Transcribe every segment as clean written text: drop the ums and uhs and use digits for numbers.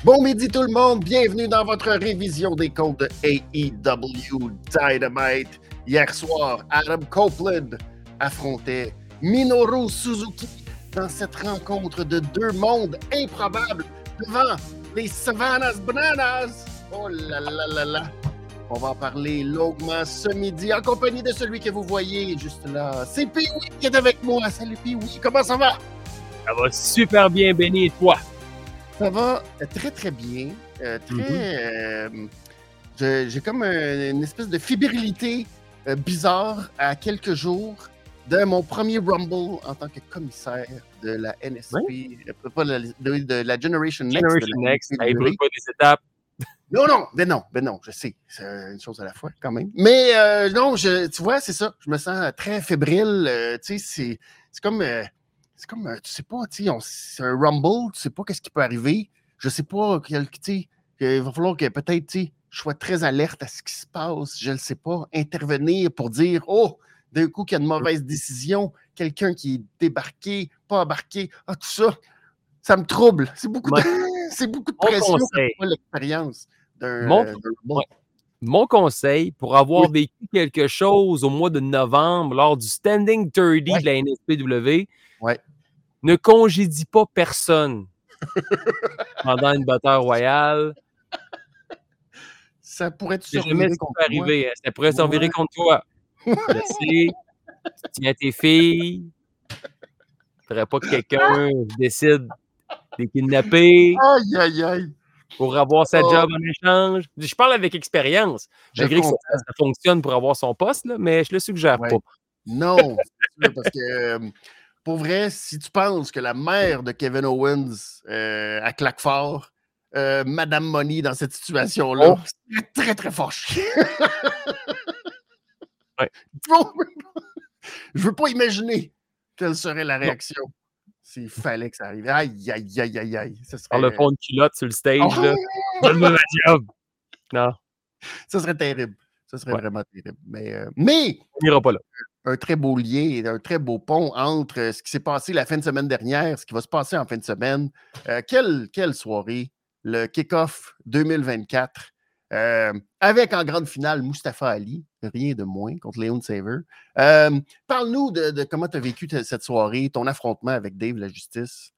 Bon midi tout le monde, bienvenue dans votre révision des comptes de AEW Dynamite. Hier soir, Adam Copeland affrontait Minoru Suzuki dans cette rencontre de deux mondes improbables devant les Savannah's Bananas. Oh là là là là. On va en parler longuement ce midi en compagnie de celui que vous voyez juste là. C'est Pee-Wee qui est avec moi. Salut Pee-Wee, comment ça va? Ça va super bien, Benny, et toi? Ça va très très bien. J'ai comme une espèce de fébrilité bizarre à quelques jours de mon premier Rumble en tant que commissaire de la NSP, pas de la Generation Next. Generation Next, elle brûle pas des étapes. Non, je sais, c'est une chose à la fois quand même. Mais non, tu vois, c'est ça, je me sens très fébrile. Tu sais, c'est comme, tu sais pas, tu sais, c'est un Rumble, tu sais pas qu'est-ce qui peut arriver. Je sais pas, tu sais, il va falloir que peut-être, tu sais, je sois très alerte à ce qui se passe. Je ne sais pas, intervenir pour dire, oh, d'un coup, qu'il y a une mauvaise décision, quelqu'un qui est débarqué, pas embarqué, tout ça, ça me trouble. C'est beaucoup de pression pour l'expérience d'un Rumble. Mon conseil, pour avoir vécu quelque chose au mois de novembre lors du Standing 30 de la NSPW, ne congédie pas personne pendant une bataille royale. Ça pourrait te survirer contre toi. Ça pourrait survirer contre toi. Je sais, tu tiens tes filles. Il ne faudrait pas que quelqu'un décide de les kidnapper. Aïe, aïe, aïe. Pour avoir sa job en échange. Je parle avec expérience. Malgré que ça fonctionne pour avoir son poste, là, mais je le suggère pas. Non, c'est sûr, parce que pour vrai, si tu penses que la mère de Kevin Owens à claque fort, Madame Money dans cette situation-là, c'est très, très fort chier. Je veux pas imaginer quelle serait la réaction s'il fallait que ça arrive. Aïe, aïe, aïe, aïe, aïe. Ça serait... Par le fond de culotte sur le stage, là. Donne-moi ma job. Non. Ça serait terrible. Ça serait vraiment terrible. Mais on n'ira pas là. Un très beau lien et un très beau pont entre ce qui s'est passé la fin de semaine dernière, ce qui va se passer en fin de semaine. Quelle soirée, le kick-off 2024, avec en grande finale Mustafa Ali, rien de moins, contre Leon Saver. Parle-nous de comment tu as vécu cette soirée, ton affrontement avec Dave la Justice.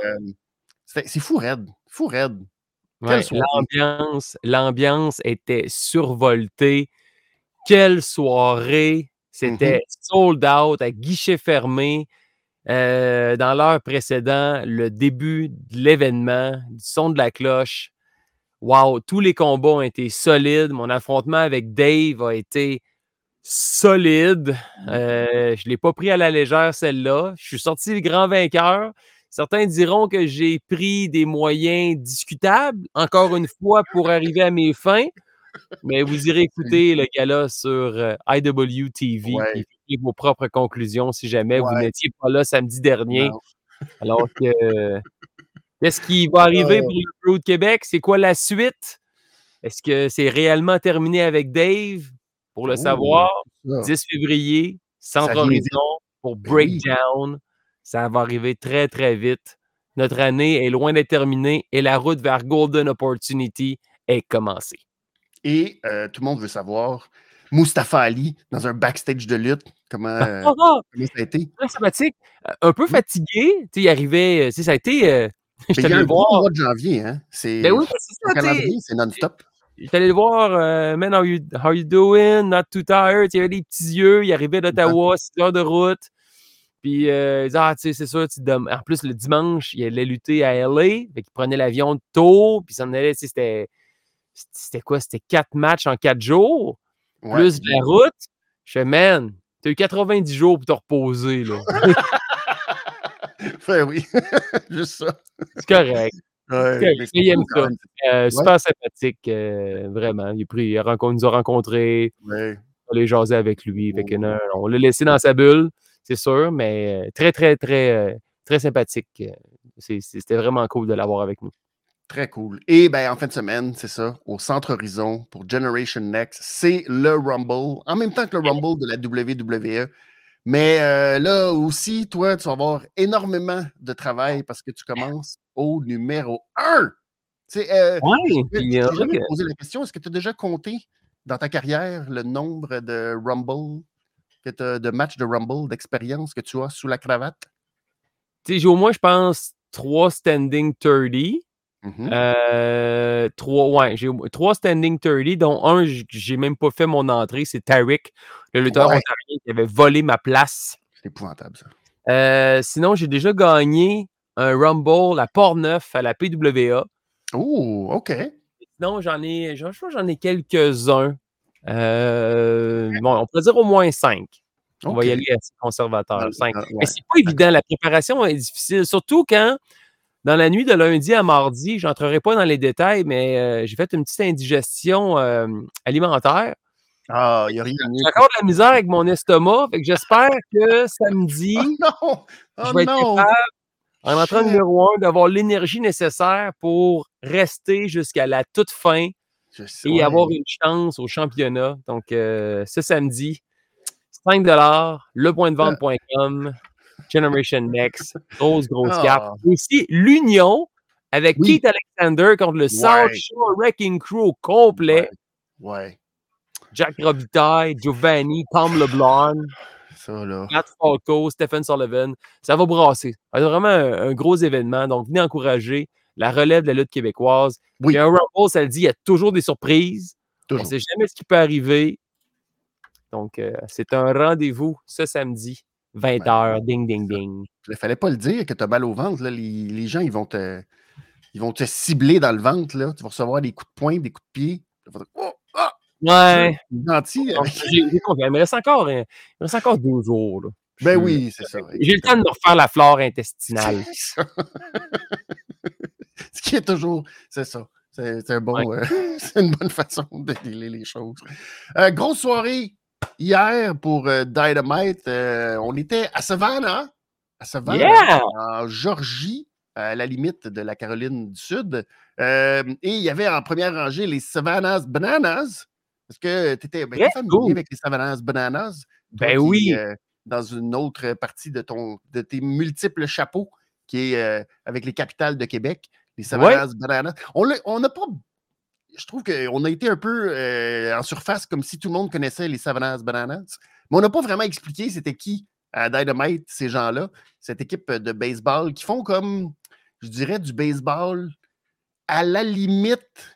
C'est fou raide. Fou raide. Ouais, l'ambiance était survoltée. Quelle soirée! C'était sold out à guichet fermé. Dans l'heure précédente, le début de l'événement, du son de la cloche. Wow! Tous les combats ont été solides. Mon affrontement avec Dave a été solide. Je ne l'ai pas pris à la légère, celle-là. Je suis sorti le grand vainqueur. Certains diront que j'ai pris des moyens discutables, encore une fois, pour arriver à mes fins. Mais vous irez écouter le gala sur IWTV et faites vos propres conclusions si jamais vous n'étiez pas là samedi dernier. Non. Alors que qu'est-ce qui va arriver pour le Pro de Québec? C'est quoi la suite? Est-ce que c'est réellement terminé avec Dave? Pour le savoir, 10 février, Centre Horizon pour Breakdown. Ça va arriver très, très vite. Notre année est loin d'être terminée et la route vers Golden Opportunity est commencée. Et tout le monde veut savoir, Mustafa Ali, dans un backstage de lutte, comment ça a été? Très sympathique. Un peu fatigué. Il arrivait, ça a été... il y a un gros mois de janvier, hein? Ben oui, c'est ça. Calendrier, c'est non-stop. J'étais allé le voir, man, how you doing? Not too tired. Il avait les petits yeux. Il arrivait d'Ottawa, 6 heures de route. Puis, il disait, tu sais, c'est ça. En plus, le dimanche, il allait lutter à LA. Fait qu'il prenait l'avion tôt. Puis, ça en allait, c'était quoi? C'était 4 matchs en 4 jours. Plus de la route. Je fais, man, t'as eu 90 jours pour te reposer, là. Ben oui, juste ça. C'est correct. Il aime ça. Super sympathique, vraiment. Il nous a rencontrés. On allait jaser avec lui. Fait que, non, on l'a laissé dans sa bulle, c'est sûr, mais très, très, très, très sympathique. C'était vraiment cool de l'avoir avec nous. Très cool. Et en fin de semaine, c'est ça, au Centre Horizon pour Generation Next, c'est le Rumble, en même temps que le Rumble de la WWE. Mais là aussi, toi, tu vas avoir énormément de travail parce que tu commences au numéro 1. Ouais, Je puis t'ai jamais posé la question, est-ce que tu as déjà compté dans ta carrière le nombre de Rumble, de matchs de Rumble, d'expérience que tu as sous la cravate? tu sais, j'ai au moins, je pense, 3 standing 30. J'ai 3 standing 30, dont un, j'ai même pas fait mon entrée, c'est Tariq, le lutteur Ouais, ontarien qui avait volé ma place. c'est épouvantable, ça. Sinon, j'ai déjà gagné un Rumble à Port-Neuf à la PWA. Oh, OK. Sinon, je pense que j'en ai quelques-uns. Bon, on peut dire au moins 5. On va OK. y aller assez conservateur, 5. Mais Ouais, c'est pas d'accord. évident, la préparation est difficile, surtout quand, dans la nuit de lundi à mardi, j'entrerai pas dans les détails, mais j'ai fait une petite indigestion alimentaire. Ah, il n'y a rien de mieux J'ai que... encore de la misère avec mon estomac, fait que j'espère que Oh samedi, non! je Oh vais être non! capable, en entrant Shit! numéro 1, d'avoir l'énergie nécessaire pour rester jusqu'à la toute fin et Ouais. avoir une chance au championnat. Donc, ce samedi, 5 lepointdevente.com, Generation Next, grosse carte. Ah, Aussi, l'union avec oui. Keith Alexander contre le South Ouais. Shore Wrecking Crew au complet. Ouais. Ouais. Jack Robitaille, Giovanni, Tom LeBlanc, Ça, là. Matt Falco, Stephen Sullivan. Ça va brasser. C'est vraiment un gros événement. Donc, venez encourager la relève de la lutte québécoise. Puis Oui, un Rumble, ça le dit, il y a toujours des surprises. On ne toujours. sait jamais ce qui peut arriver. Donc, c'est un rendez-vous ce samedi, Ben, 20h. Ding, ding, ça. ding. Il fallait pas le dire que tu as mal au ventre. Là. Les gens, ils vont te cibler dans le ventre. Là. Tu vas recevoir des coups de poing, des coups de pied. Tu vas faire, oh, ah, Ouais. gentil. Donc, j'ai confiance. Il me reste encore 2 jours. Là. Ben oui, c'est ça. J'ai le temps de me refaire la flore intestinale. C'est ça. Ce qui est toujours, c'est ça. C'est un Ouais. bon, c'est une bonne façon de délier les choses. Grosse soirée hier pour Dynamite. On était à Savannah, Yeah! en Georgie, à la limite de la Caroline du Sud. Et il y avait en première rangée les Savannah's Bananas. Est-ce que tu étais Très familier cool. avec les Savannah's Bananas? Toi Ben qui oui. es dans une autre partie de tes multiples chapeaux, qui est avec les capitales de Québec, les Ouais. Savannah's Bananas. On n'a pas. Je trouve qu'on a été un peu en surface, comme si tout le monde connaissait les Savannah's Bananas. Mais on n'a pas vraiment expliqué c'était qui à Dynamite, ces gens-là, cette équipe de baseball qui font comme, je dirais, du baseball à la limite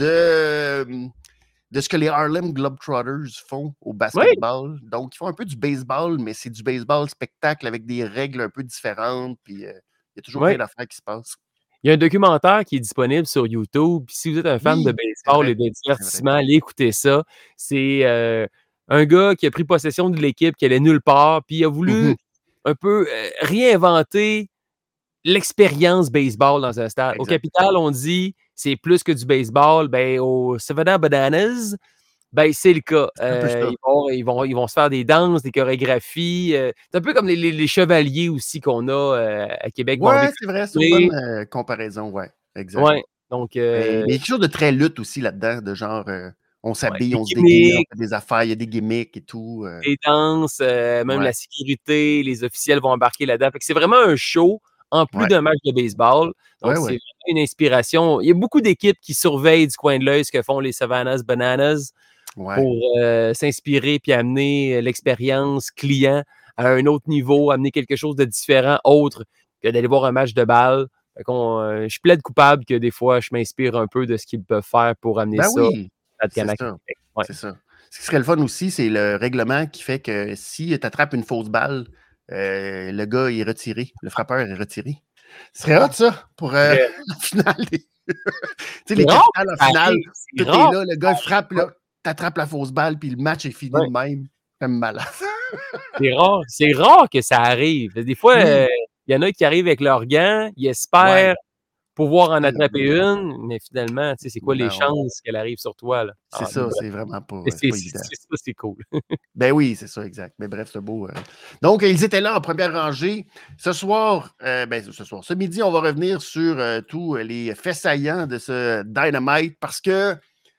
de ce que les Harlem Globetrotters font au Oui. basketball. Donc, ils font un peu du baseball, mais c'est du baseball spectacle avec des règles un peu différentes. Puis, il y a toujours plein Oui. d'affaires qui se passent. Il y a un documentaire qui est disponible sur YouTube. Puis si vous êtes un fan de Oui, c'est baseball vrai. et de C'est vrai. divertissement, allez écouter ça. C'est un gars qui a pris possession de l'équipe, qui allait nulle part, puis il a voulu un peu réinventer l'expérience baseball dans un stade. Au Exact. Capital, on dit c'est plus que du baseball. Ben, au Savannah Bananas, ben, c'est le cas. C'est un peu ça. Ils vont se faire des danses, des chorégraphies. C'est un peu comme les chevaliers aussi qu'on a à Québec. Vont Ouais, c'est vrai, c'est une défiler. bonne comparaison, ouais, exact. Ouais. Donc, Mais il y a quelque chose de très lutte aussi là-dedans, de genre, on ouais, s'habille, des on se déguise, on gimmicks, fait des affaires, il y a des gimmicks et tout. des danses, même Ouais, la sécurité, les officiels vont embarquer là-dedans. Fait que c'est vraiment un show en plus ouais, d'un match de baseball. ouais, Donc, c'est ouais, vraiment une inspiration. Il y a beaucoup d'équipes qui surveillent du coin de l'œil ce que font les Savannah's Bananas ouais. pour s'inspirer puis amener l'expérience client à un autre niveau, amener quelque chose de différent, autre que d'aller voir un match de balle. Fait je plaide coupable que des fois, je m'inspire un peu de ce qu'ils peuvent faire pour amener Ben ça oui, à c'est Canac. ça, Ouais. c'est ça. Ce qui serait le fun aussi, c'est le règlement qui fait que si tu attrapes une fausse balle, le gars est retiré, le frappeur est retiré. Ce serait hot, ça, pour la finale. Tu sais, les C'est rare capitales que en ça finale, arrive. C'est tout est rare. là, le gars il frappe, là, t'attrapes la fausse balle, puis le match est fini Ouais. de même. Ça me malade. C'est rare que ça arrive. Des fois, Oui, il y en a qui arrivent avec leurs gants, ils ouais, espèrent pouvoir en attraper finalement. une, mais finalement, tu sais, c'est quoi les Non, chances qu'elle arrive sur toi, là? c'est ça, c'est vraiment pas, Mais c'est c'est pas c'est évident. c'est ça, c'est cool. Ben oui, c'est ça, exact. Mais bref, c'est beau. Donc, ils étaient là en première rangée. Ce soir, ce midi, on va revenir sur tous les faits saillants de ce Dynamite parce que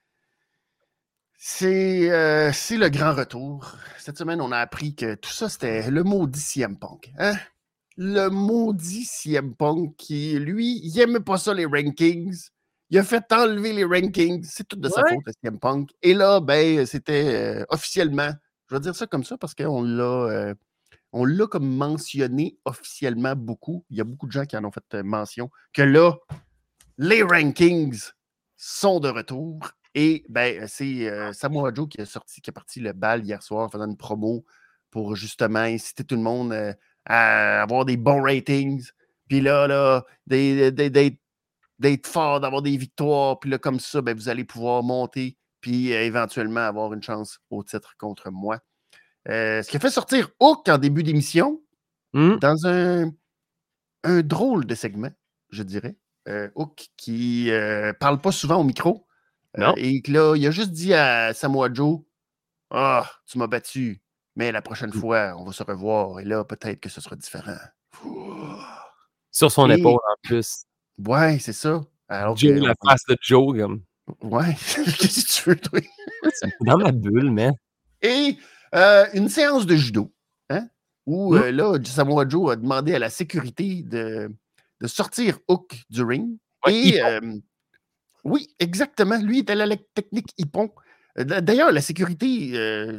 c'est le grand retour. Cette semaine, on a appris que tout ça, c'était le maudit CM Punk. Hein? Le maudit CM Punk qui, lui, il n'aimait pas ça, les rankings. Il a fait enlever les rankings. C'est tout de sa Ouais. faute, le CM Punk. Et là, ben, c'était officiellement, je vais dire ça comme ça parce qu'on l'a comme mentionné officiellement beaucoup. Il y a beaucoup de gens qui en ont fait mention. Que là, les rankings sont de retour. Et ben, c'est Samoa Joe qui a parti le bal hier soir en faisant une promo pour justement inciter tout le monde à avoir des bons ratings. Puis là, d'être fort, d'avoir des victoires. Puis là, comme ça, ben, vous allez pouvoir monter puis éventuellement avoir une chance au titre contre moi. Ce qui a fait sortir Hook en début d'émission dans un drôle de segment, je dirais. Hook qui parle pas souvent au micro. Non. Et que là, il a juste dit à Samoa Joe, ah, tu m'as battu, mais la prochaine fois, on va se revoir. Et là, peut-être que ce sera différent. Sur son épaule, en plus. Ouais, c'est ça. Alors Joe, la face de Joe, comme. Ouais, qu'est-ce que tu veux, toi? Dans ma bulle, man. Et une séance de judo, hein, où là, Samoa Joe a demandé à la sécurité de sortir Hook du ring. Ouais, et oui, exactement. Lui était à la technique Ippon. D'ailleurs, la sécurité,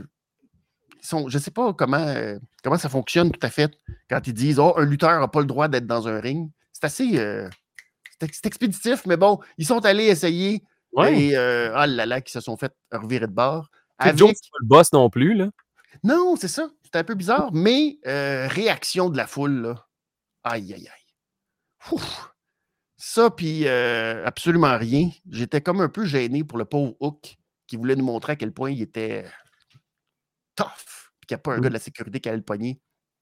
je ne sais pas comment ça fonctionne tout à fait quand ils disent un lutteur n'a pas le droit d'être dans un ring. C'est assez c'est expéditif, mais bon, ils sont allés essayer et ah là là, qui se sont fait revirer de bord. Joe, c'est pas le boss non plus, là. Non, c'est ça. C'était un peu bizarre, mais réaction de la foule, là. Aïe, aïe, aïe. Ouf. Ça, puis absolument rien. J'étais comme un peu gêné pour le pauvre Hook qui voulait nous montrer à quel point il était tough, puis qu'il n'y a pas un gars de la sécurité qui allait le pogner.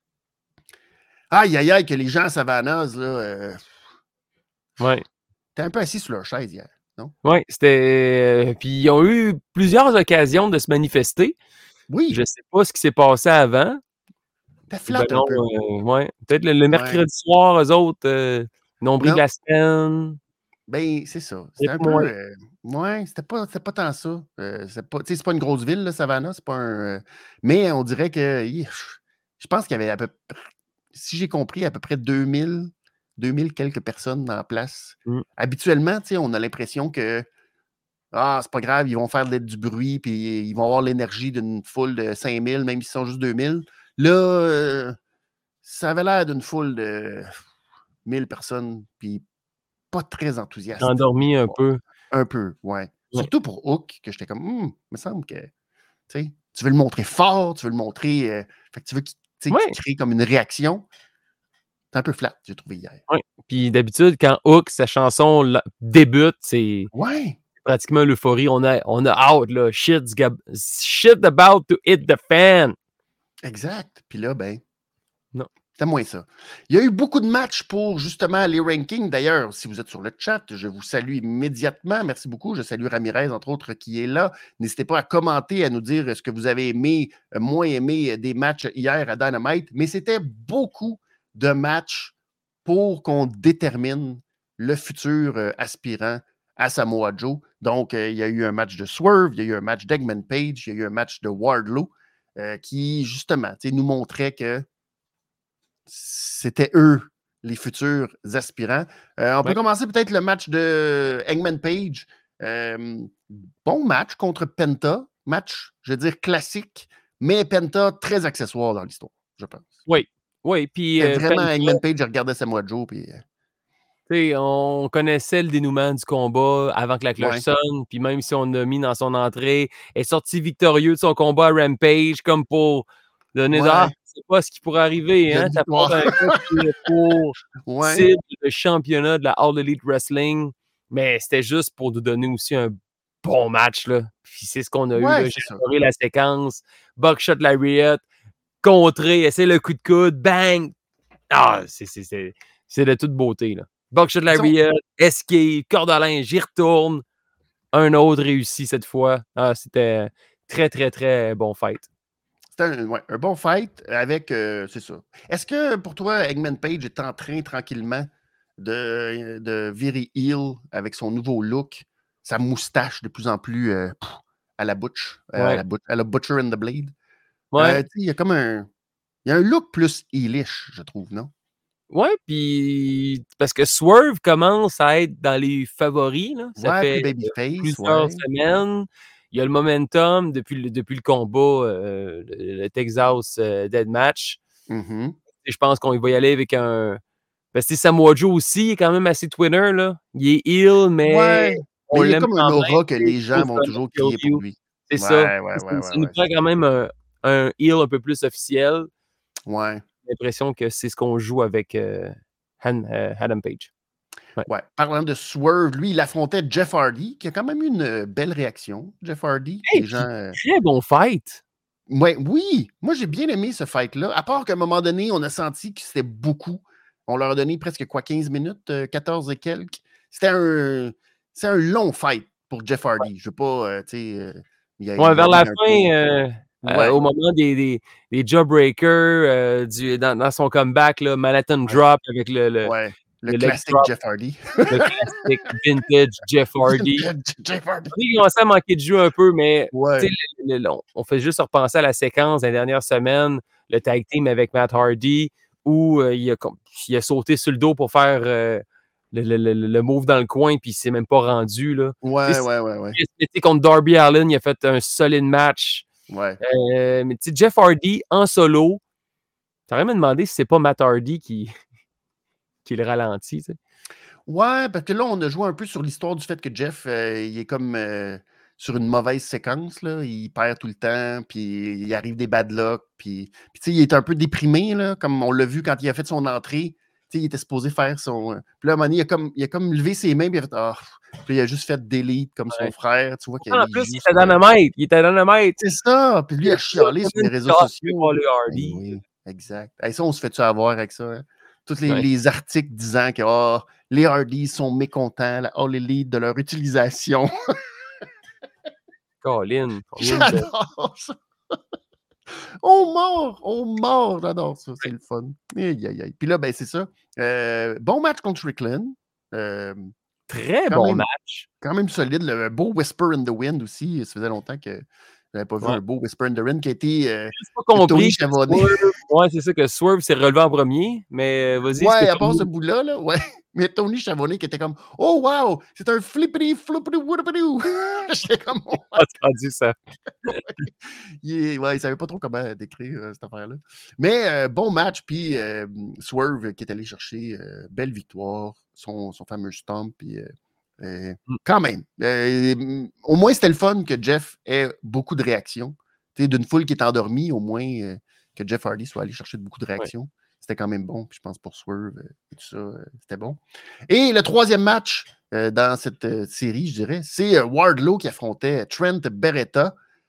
Aïe, aïe, aïe, que les gens à Savannah, là, Ouais. t'es un peu assis sur leur chaise hier, non? Oui, c'était. Puis ils ont eu plusieurs occasions de se manifester. Oui. Je sais pas ce qui s'est passé avant. T'es flat un peu. Ouais. Peut-être le mercredi soir, eux autres, nombril de la semaine. Ben, c'est ça. C'était un peu. Ouais, c'était pas tant ça. C'est pas une grosse ville, là, Savannah. C'est pas un. Mais on dirait que. Je pense qu'il y avait à peu près. Si j'ai compris, à peu près 2000 quelques personnes en place. Habituellement, on a l'impression que. Ah, c'est pas grave, ils vont faire du bruit, puis ils vont avoir l'énergie d'une foule de 5000, même s'ils sont juste 2000. Là, ça avait l'air d'une foule de 1000 personnes, puis pas très enthousiaste. Endormi un peu. Un peu, ouais. Surtout pour Hook, que j'étais comme, il me semble que, tu veux le montrer fort, tu veux le montrer, fait que tu veux qu'il crée comme une réaction. C'est un peu flat, j'ai trouvé hier. Oui, puis d'habitude, quand Hook, sa chanson débute, c'est pratiquement l'euphorie. On a out, là. Shit about to hit the fan. Exact. Puis là, ben, non. C'était moins ça. Il y a eu beaucoup de matchs pour justement les rankings. D'ailleurs, si vous êtes sur le chat, je vous salue immédiatement. Merci beaucoup. Je salue Ramirez, entre autres, qui est là. N'hésitez pas à commenter, à nous dire ce que vous avez aimé, moins aimé des matchs hier à Dynamite. Mais c'était beaucoup de matchs pour qu'on détermine le futur aspirant à Samoa Joe. Donc, il y a eu un match de Swerve, il y a eu un match d'Eggman Page, il y a eu un match de Wardlow qui, justement, nous montrait que c'était eux, les futurs aspirants. On peut commencer peut-être le match de Eggman Page. Bon match contre Penta. Match, je veux dire, classique, mais Penta très accessoire dans l'histoire, je pense. Oui, puis vraiment, Eggman Page, je regardais Samoa Joe, puis... on connaissait le dénouement du combat avant que la cloche sonne, puis même si on a mis dans son entrée, elle est sortie victorieux de son combat à Rampage, comme pour donner c'est pas ce qui pourrait arriver, hein? Ça prend un gars qui est pour cible le championnat de la All Elite Wrestling, mais c'était juste pour nous donner aussi un bon match, là. Puis c'est ce qu'on a eu, là. J'ai adoré la séquence. Buckshot Lariat, contré, essaie le coup de coude, bang! Ah, c'est de toute beauté, là. Buckshot Lariat, escape, corde à linge, j'y retourne. Un autre réussi cette fois. Ah, c'était très, très, très bon fight. C'était un bon fight avec, c'est ça. Est-ce que pour toi, Eggman Page est en train tranquillement de virer heel avec son nouveau look, sa moustache de plus en plus à la Butch, à la Butcher and the Blade? Il y a comme il y a un look plus heelish, je trouve, non? Ouais, puis parce que Swerve commence à être dans les favoris, là. Ça Ouais, plus fait babyface, plusieurs ouais. semaines. Il y a le momentum depuis le combat, le Texas Deathmatch. Mm-hmm. Et je pense qu'on va y aller avec un. Parce que Samoa Joe aussi, il est quand même assez twinner, là. Il est heel, mais Ouais. on Mais il y a l'aime comme un quand même. aura que Tu sais, les il gens faut vont vraiment toujours kill crier pour you. lui. C'est ça. Ouais, ouais, ouais, ouais, Ça nous ouais, prend c'est quand ça. même un heel un peu plus officiel. Ouais. J'ai l'impression que c'est ce qu'on joue avec Adam Page. Ouais. Ouais. Parlant de Swerve, lui, il affrontait Jeff Hardy, qui a quand même eu une belle réaction. Jeff Hardy, Hey, les puis gens. très bon fight. Ouais, oui, moi j'ai bien aimé ce fight-là. À part qu'à un moment donné, on a senti que c'était beaucoup. On leur a donné presque 15 minutes, 14 et quelques. C'est un long fight pour Jeff Hardy. Je veux pas, tu sais, Ouais, il vers la arrive un peu. fin, Ouais, au moment des Jawbreakers, dans son comeback, là, Manhattan ouais, Drop avec le ouais. Le leg classique drop, Jeff Hardy. le classique vintage Jeff Hardy. Jeff Hardy. Il commençait à manquer de jeu un peu, mais Ouais. on fait juste repenser à la séquence des dernières semaines, le tag team avec Matt Hardy, où il a sauté sur le dos pour faire le move dans le coin, puis il s'est même pas rendu. Là. Ouais, ouais, ouais, ouais. Contre Darby Allin, il a fait un solide match. Ouais. Mais Jeff Hardy en solo, t'aurais me demandé si c'est pas Matt Hardy qui le ralentit. T'sais. Ouais, parce que là, on a joué un peu sur l'histoire du fait que Jeff, il est comme sur une mauvaise séquence, là. Il perd tout le temps, puis il arrive des bad luck, puis tu sais, il est un peu déprimé, là, comme on l'a vu quand il a fait son entrée. Tu sais, il était supposé faire son. Puis là, à un moment donné, il a comme levé ses mains, puis il a fait Ah. Puis il a juste fait delete comme son Ouais. frère. Tu vois qu'il En plus, joue il était sur. dynamite. Il était dynamite. C'est ça! Puis lui, il a chialé sur les réseaux sociaux. Holly Ben Hardy. oui, exact. Hey, ça, on se fait-tu avoir avec ça? Hein? Tous Ouais. les articles disant que les Hardys sont mécontents, la All Elite, de leur utilisation. Colin, on vient de. J'adore ça! On mord! J'adore ça, c'est le fun. Aïe, aïe, aïe. Puis là, ben c'est ça. Bon match contre Strickland. Très Quand bon même, match. quand même solide. Le beau Whisper in the Wind aussi. Ça faisait longtemps que je n'avais pas vu Ouais. un beau Whisper in the Wind qui a été J'ai pas de Tony compris que Schiavone. Swerve. Ouais, c'est ça que Swerve s'est relevé en premier. Mais vas-y, ce que Ouais, à tu as part ce bout-là, là, ouais. Mais Tony Schiavone qui était comme Oh wow, c'est un flippity floppity woodapity. J'étais comme oh, dit ça. ouais, il savait pas trop comment décrire cette affaire-là. Mais bon match, puis Swerve qui est allé chercher belle victoire, son fameux stomp, puis quand même. Au moins, c'était le fun que Jeff ait beaucoup de réactions. Tu sais, d'une foule qui est endormie, au moins que Jeff Hardy soit allé chercher beaucoup de Ouais. réactions. C'était quand même bon. Puis je pense pour Swerve et tout ça, c'était bon. Et le troisième match dans cette série, je dirais, c'est Wardlow qui affrontait Trent Beretta.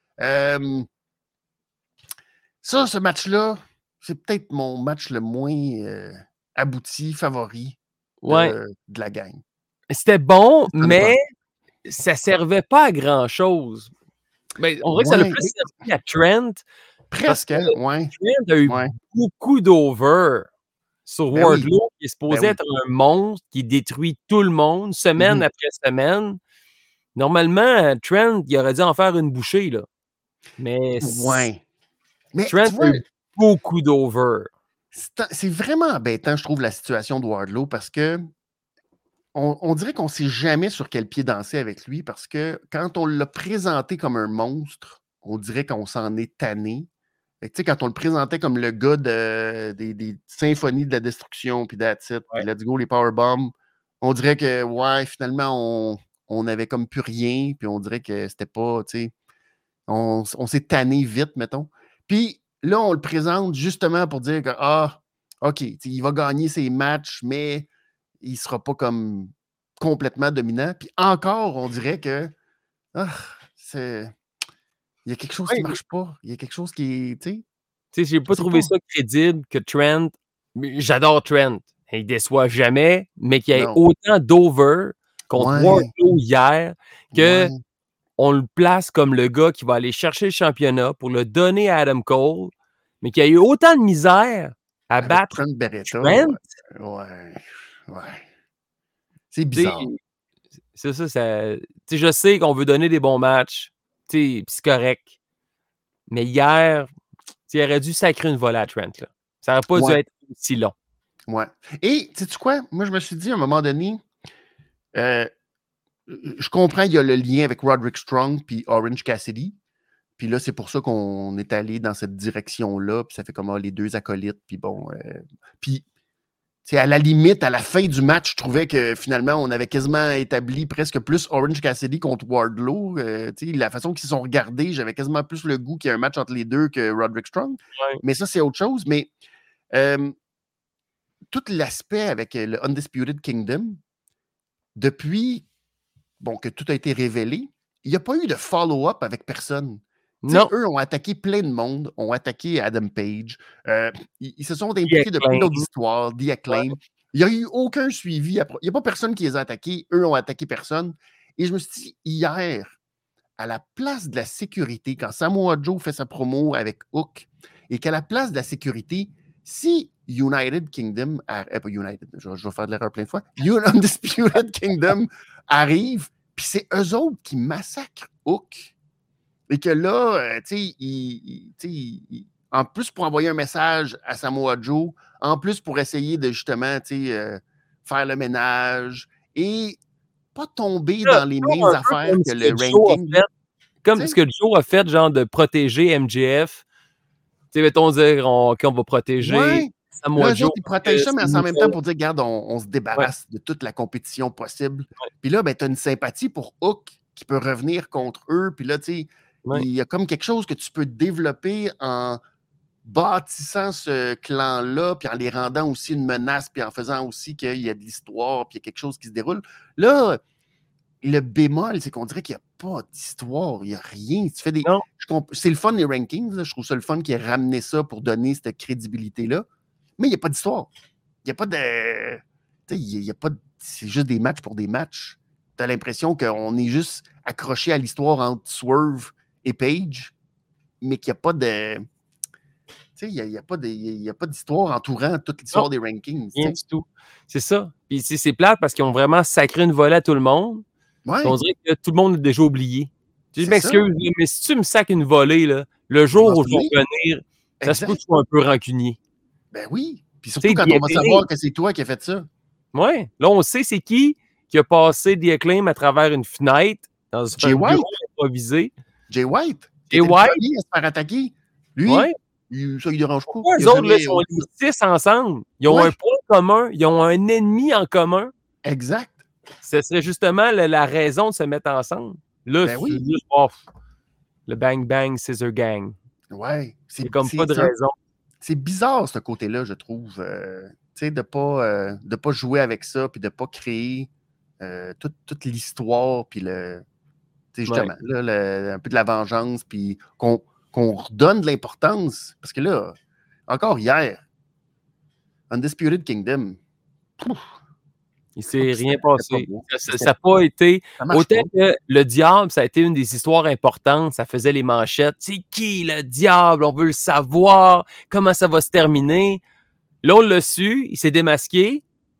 Ça, ce match-là, c'est peut-être mon match le moins abouti, favori Ouais. de la gang. C'était bon, Ça me va. mais ça servait pas à grand-chose. Ben, on dirait que ça l'a Ouais, plus servi à Trent parce presque, que hein? Ouais, Trent a eu ouais. beaucoup d'over sur Ben oui, Wardlow, qui est ben supposé oui. être un monstre qui détruit tout le monde semaine Mhm. après semaine. Normalement, Trent, il aurait dû en faire une bouchée, là. Mais Ouais. Mais Trent tu a vois, eu beaucoup d'over. c'est vraiment embêtant, je trouve, la situation de Wardlow parce que on dirait qu'on ne sait jamais sur quel pied danser avec lui parce que quand on l'a présenté comme un monstre, on dirait qu'on s'en est tanné. Fait que, tu sais, quand on le présentait comme le gars des symphonies de la destruction, puis that's it, puis Ouais. let's go les powerbombs, on dirait que, ouais, finalement, on avait comme plus rien, puis on dirait que c'était pas, tu sais, on s'est tanné vite, mettons. Puis là, on le présente justement pour dire que, OK, il va gagner ses matchs, mais il ne sera pas comme complètement dominant. Puis encore, on dirait que, ah, c'est... Il y a quelque chose qui ne Ouais, marche pas. Il y a quelque chose qui est, tu sais, tu sais, j'ai je pas sais trouvé pas. ça crédible que Trent. J'adore Trent. Il déçoit jamais, mais qu'il y ait Non. autant d'over contre Ouais, Wardlow hier que ouais. on le place comme le gars qui va aller chercher le championnat pour le donner à Adam Cole, mais qu'il y a eu autant de misère à Avec battre Trent Beretta, Trent. ouais. Ouais. Ouais. C'est Tu sais, bizarre. c'est ça, tu sais, je sais qu'on veut donner des bons matchs, tu sais, puis c'est correct. Mais hier, tu sais, il aurait dû sacrer une volée à Trent, là. Ça n'aurait pas dû Ouais. être si long. Ouais. Et, sais-tu quoi? Moi, je me suis dit, à un moment donné, je comprends, il y a le lien avec Roderick Strong puis Orange Cassidy. Puis là, c'est pour ça qu'on est allé dans cette direction-là. Puis ça fait comme les deux acolytes. Puis bon. Puis, à la limite, à la fin du match, je trouvais que finalement, on avait quasiment établi presque plus Orange Cassidy contre Wardlow. La façon qu'ils se sont regardés, j'avais quasiment plus le goût qu'il y ait un match entre les deux que Roderick Strong. Ouais. Mais ça, c'est autre chose. Mais tout l'aspect avec le Undisputed Kingdom, depuis que tout a été révélé, il n'y a pas eu de follow-up avec personne. Non. Eux ont attaqué plein de monde, ont attaqué Adam Page. Ils se sont The impliqués de plein Acclaim. d'autres histoires, The Acclaim. Il n'y a eu aucun suivi. Il n'y a pas personne qui les a attaqués. Eux ont attaqué personne. Et je me suis dit, hier, à la place de la sécurité, quand Samoa Joe fait sa promo avec Hook, et qu'à la place de la sécurité, si United Kingdom, pas United, je vais faire de l'erreur plein de fois, Undisputed Kingdom arrive, puis c'est eux autres qui massacrent Hook. Et que là, en plus pour envoyer un message à Samoa Joe, en plus pour essayer de justement faire le ménage et pas tomber dans les mêmes affaires que le ranking. Comme ce que Joe a fait, genre de protéger MJF. Tu sais, mettons dire qu'on va protéger Samoa Joe. Ils protègent ça, mais en même temps pour dire, regarde, on se débarrasse de toute la compétition possible. Puis là, tu as une sympathie pour Hook qui peut revenir contre eux. Puis là, tu sais, il y a comme quelque chose que tu peux développer en bâtissant ce clan-là, puis en les rendant aussi une menace, puis en faisant aussi qu'il y a de l'histoire, puis il y a quelque chose qui se déroule. Là, le bémol, c'est qu'on dirait qu'il n'y a pas d'histoire, il n'y a rien. Tu fais des... C'est le fun, les rankings. Là. Je trouve ça le fun qu'ils aient ramené ça pour donner cette crédibilité-là. Mais il n'y a pas d'histoire. Il n'y a pas de... il y a pas de... C'est juste des matchs pour des matchs. Tu as l'impression qu'on est juste accroché à l'histoire entre Swerve et Page, mais qu'il n'y a pas de... Il n'y a pas d'histoire entourant toute l'histoire des rankings. Rien du tout. C'est ça. Puis c'est plate parce qu'ils ont vraiment sacré une volée à tout le monde. Ouais. On dirait que tout le monde a déjà oublié. Je m'excuse, mais si tu me sacs une volée, là, le jour où je vais revenir, ça se peut que tu sois un peu rancunier. Ben oui. Puis surtout quand on va savoir que c'est toi qui as fait ça. Ouais. Là, on sait c'est qui a passé The Acclaim à travers une fenêtre dans un bureau improvisé. Jay White. Jay White. Il se faire attaquer. Lui, ça ne dérange pas. Les autres, là, sont les 6 ensemble. Ils ont un point commun. Ils ont un ennemi en commun. Exact. Ce serait justement la raison de se mettre ensemble. Là, c'est juste le Bang Bang Scissor Gang. Ouais. C'est comme pas de raison. C'est bizarre, ce côté-là, je trouve. Tu sais, de pas jouer avec ça, puis de pas créer toute l'histoire, puis justement, là, un peu de la vengeance, puis qu'on redonne de l'importance. Parce que là, encore hier, Undisputed Kingdom, il s'est rien passé. Ça n'a pas été... Autant que le diable, ça a été une des histoires importantes. Ça faisait les manchettes. C'est qui le diable? On veut le savoir. Comment ça va se terminer? Là, on l'a su. Il s'est démasqué.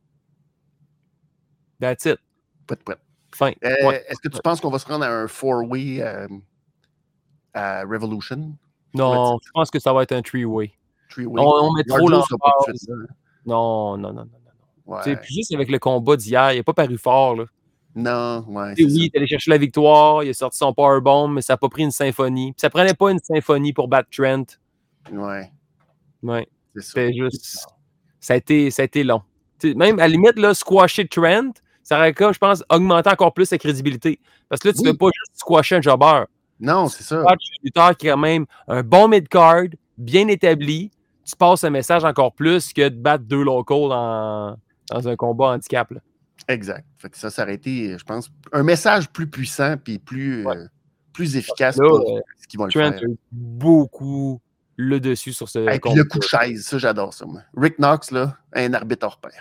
That's it. Fin. Est-ce que tu penses qu'on va se rendre à un 4-way à Revolution? Non, je pense que ça va être un 3-way. On met trop l'emphase. Non. Ouais. Puis juste avec le combat d'hier, il n'a pas paru fort. Là. Non, ouais. Il est allé chercher la victoire, il a sorti son powerbomb, mais ça n'a pas pris une symphonie. Puis ça prenait pas une symphonie pour battre Trent. Ouais. C'était juste. Ça a été long. T'sais, même à la limite, là, squasher Trent, ça aurait, je pense, augmenté encore plus sa crédibilité. Parce que là, tu ne peux pas juste squasher un jobber. Non, c'est ça. Un lutteur qui a quand même un bon mid-card, bien établi, tu passes un message encore plus que de battre 2 locals dans un combat handicap. Là. Exact. Fait que ça aurait été, je pense, un message plus puissant et plus efficace pour ce qu'ils vont Trent le faire. A beaucoup le dessus sur ce combat. Puis le coup de chaise, ça, j'adore ça. Moi. Rick Knox, là, un arbitre hors pair.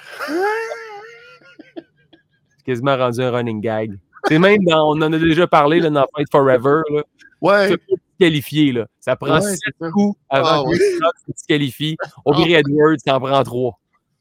C'est quasiment rendu un running gag. C'est même on en a déjà parlé là, dans Fight Forever. Là. Ouais. Tu peux te qualifier. Là. Ça prend 7 coups avant que Rick Knox se qualifie. Aubrey Edwards, ça en prend 3.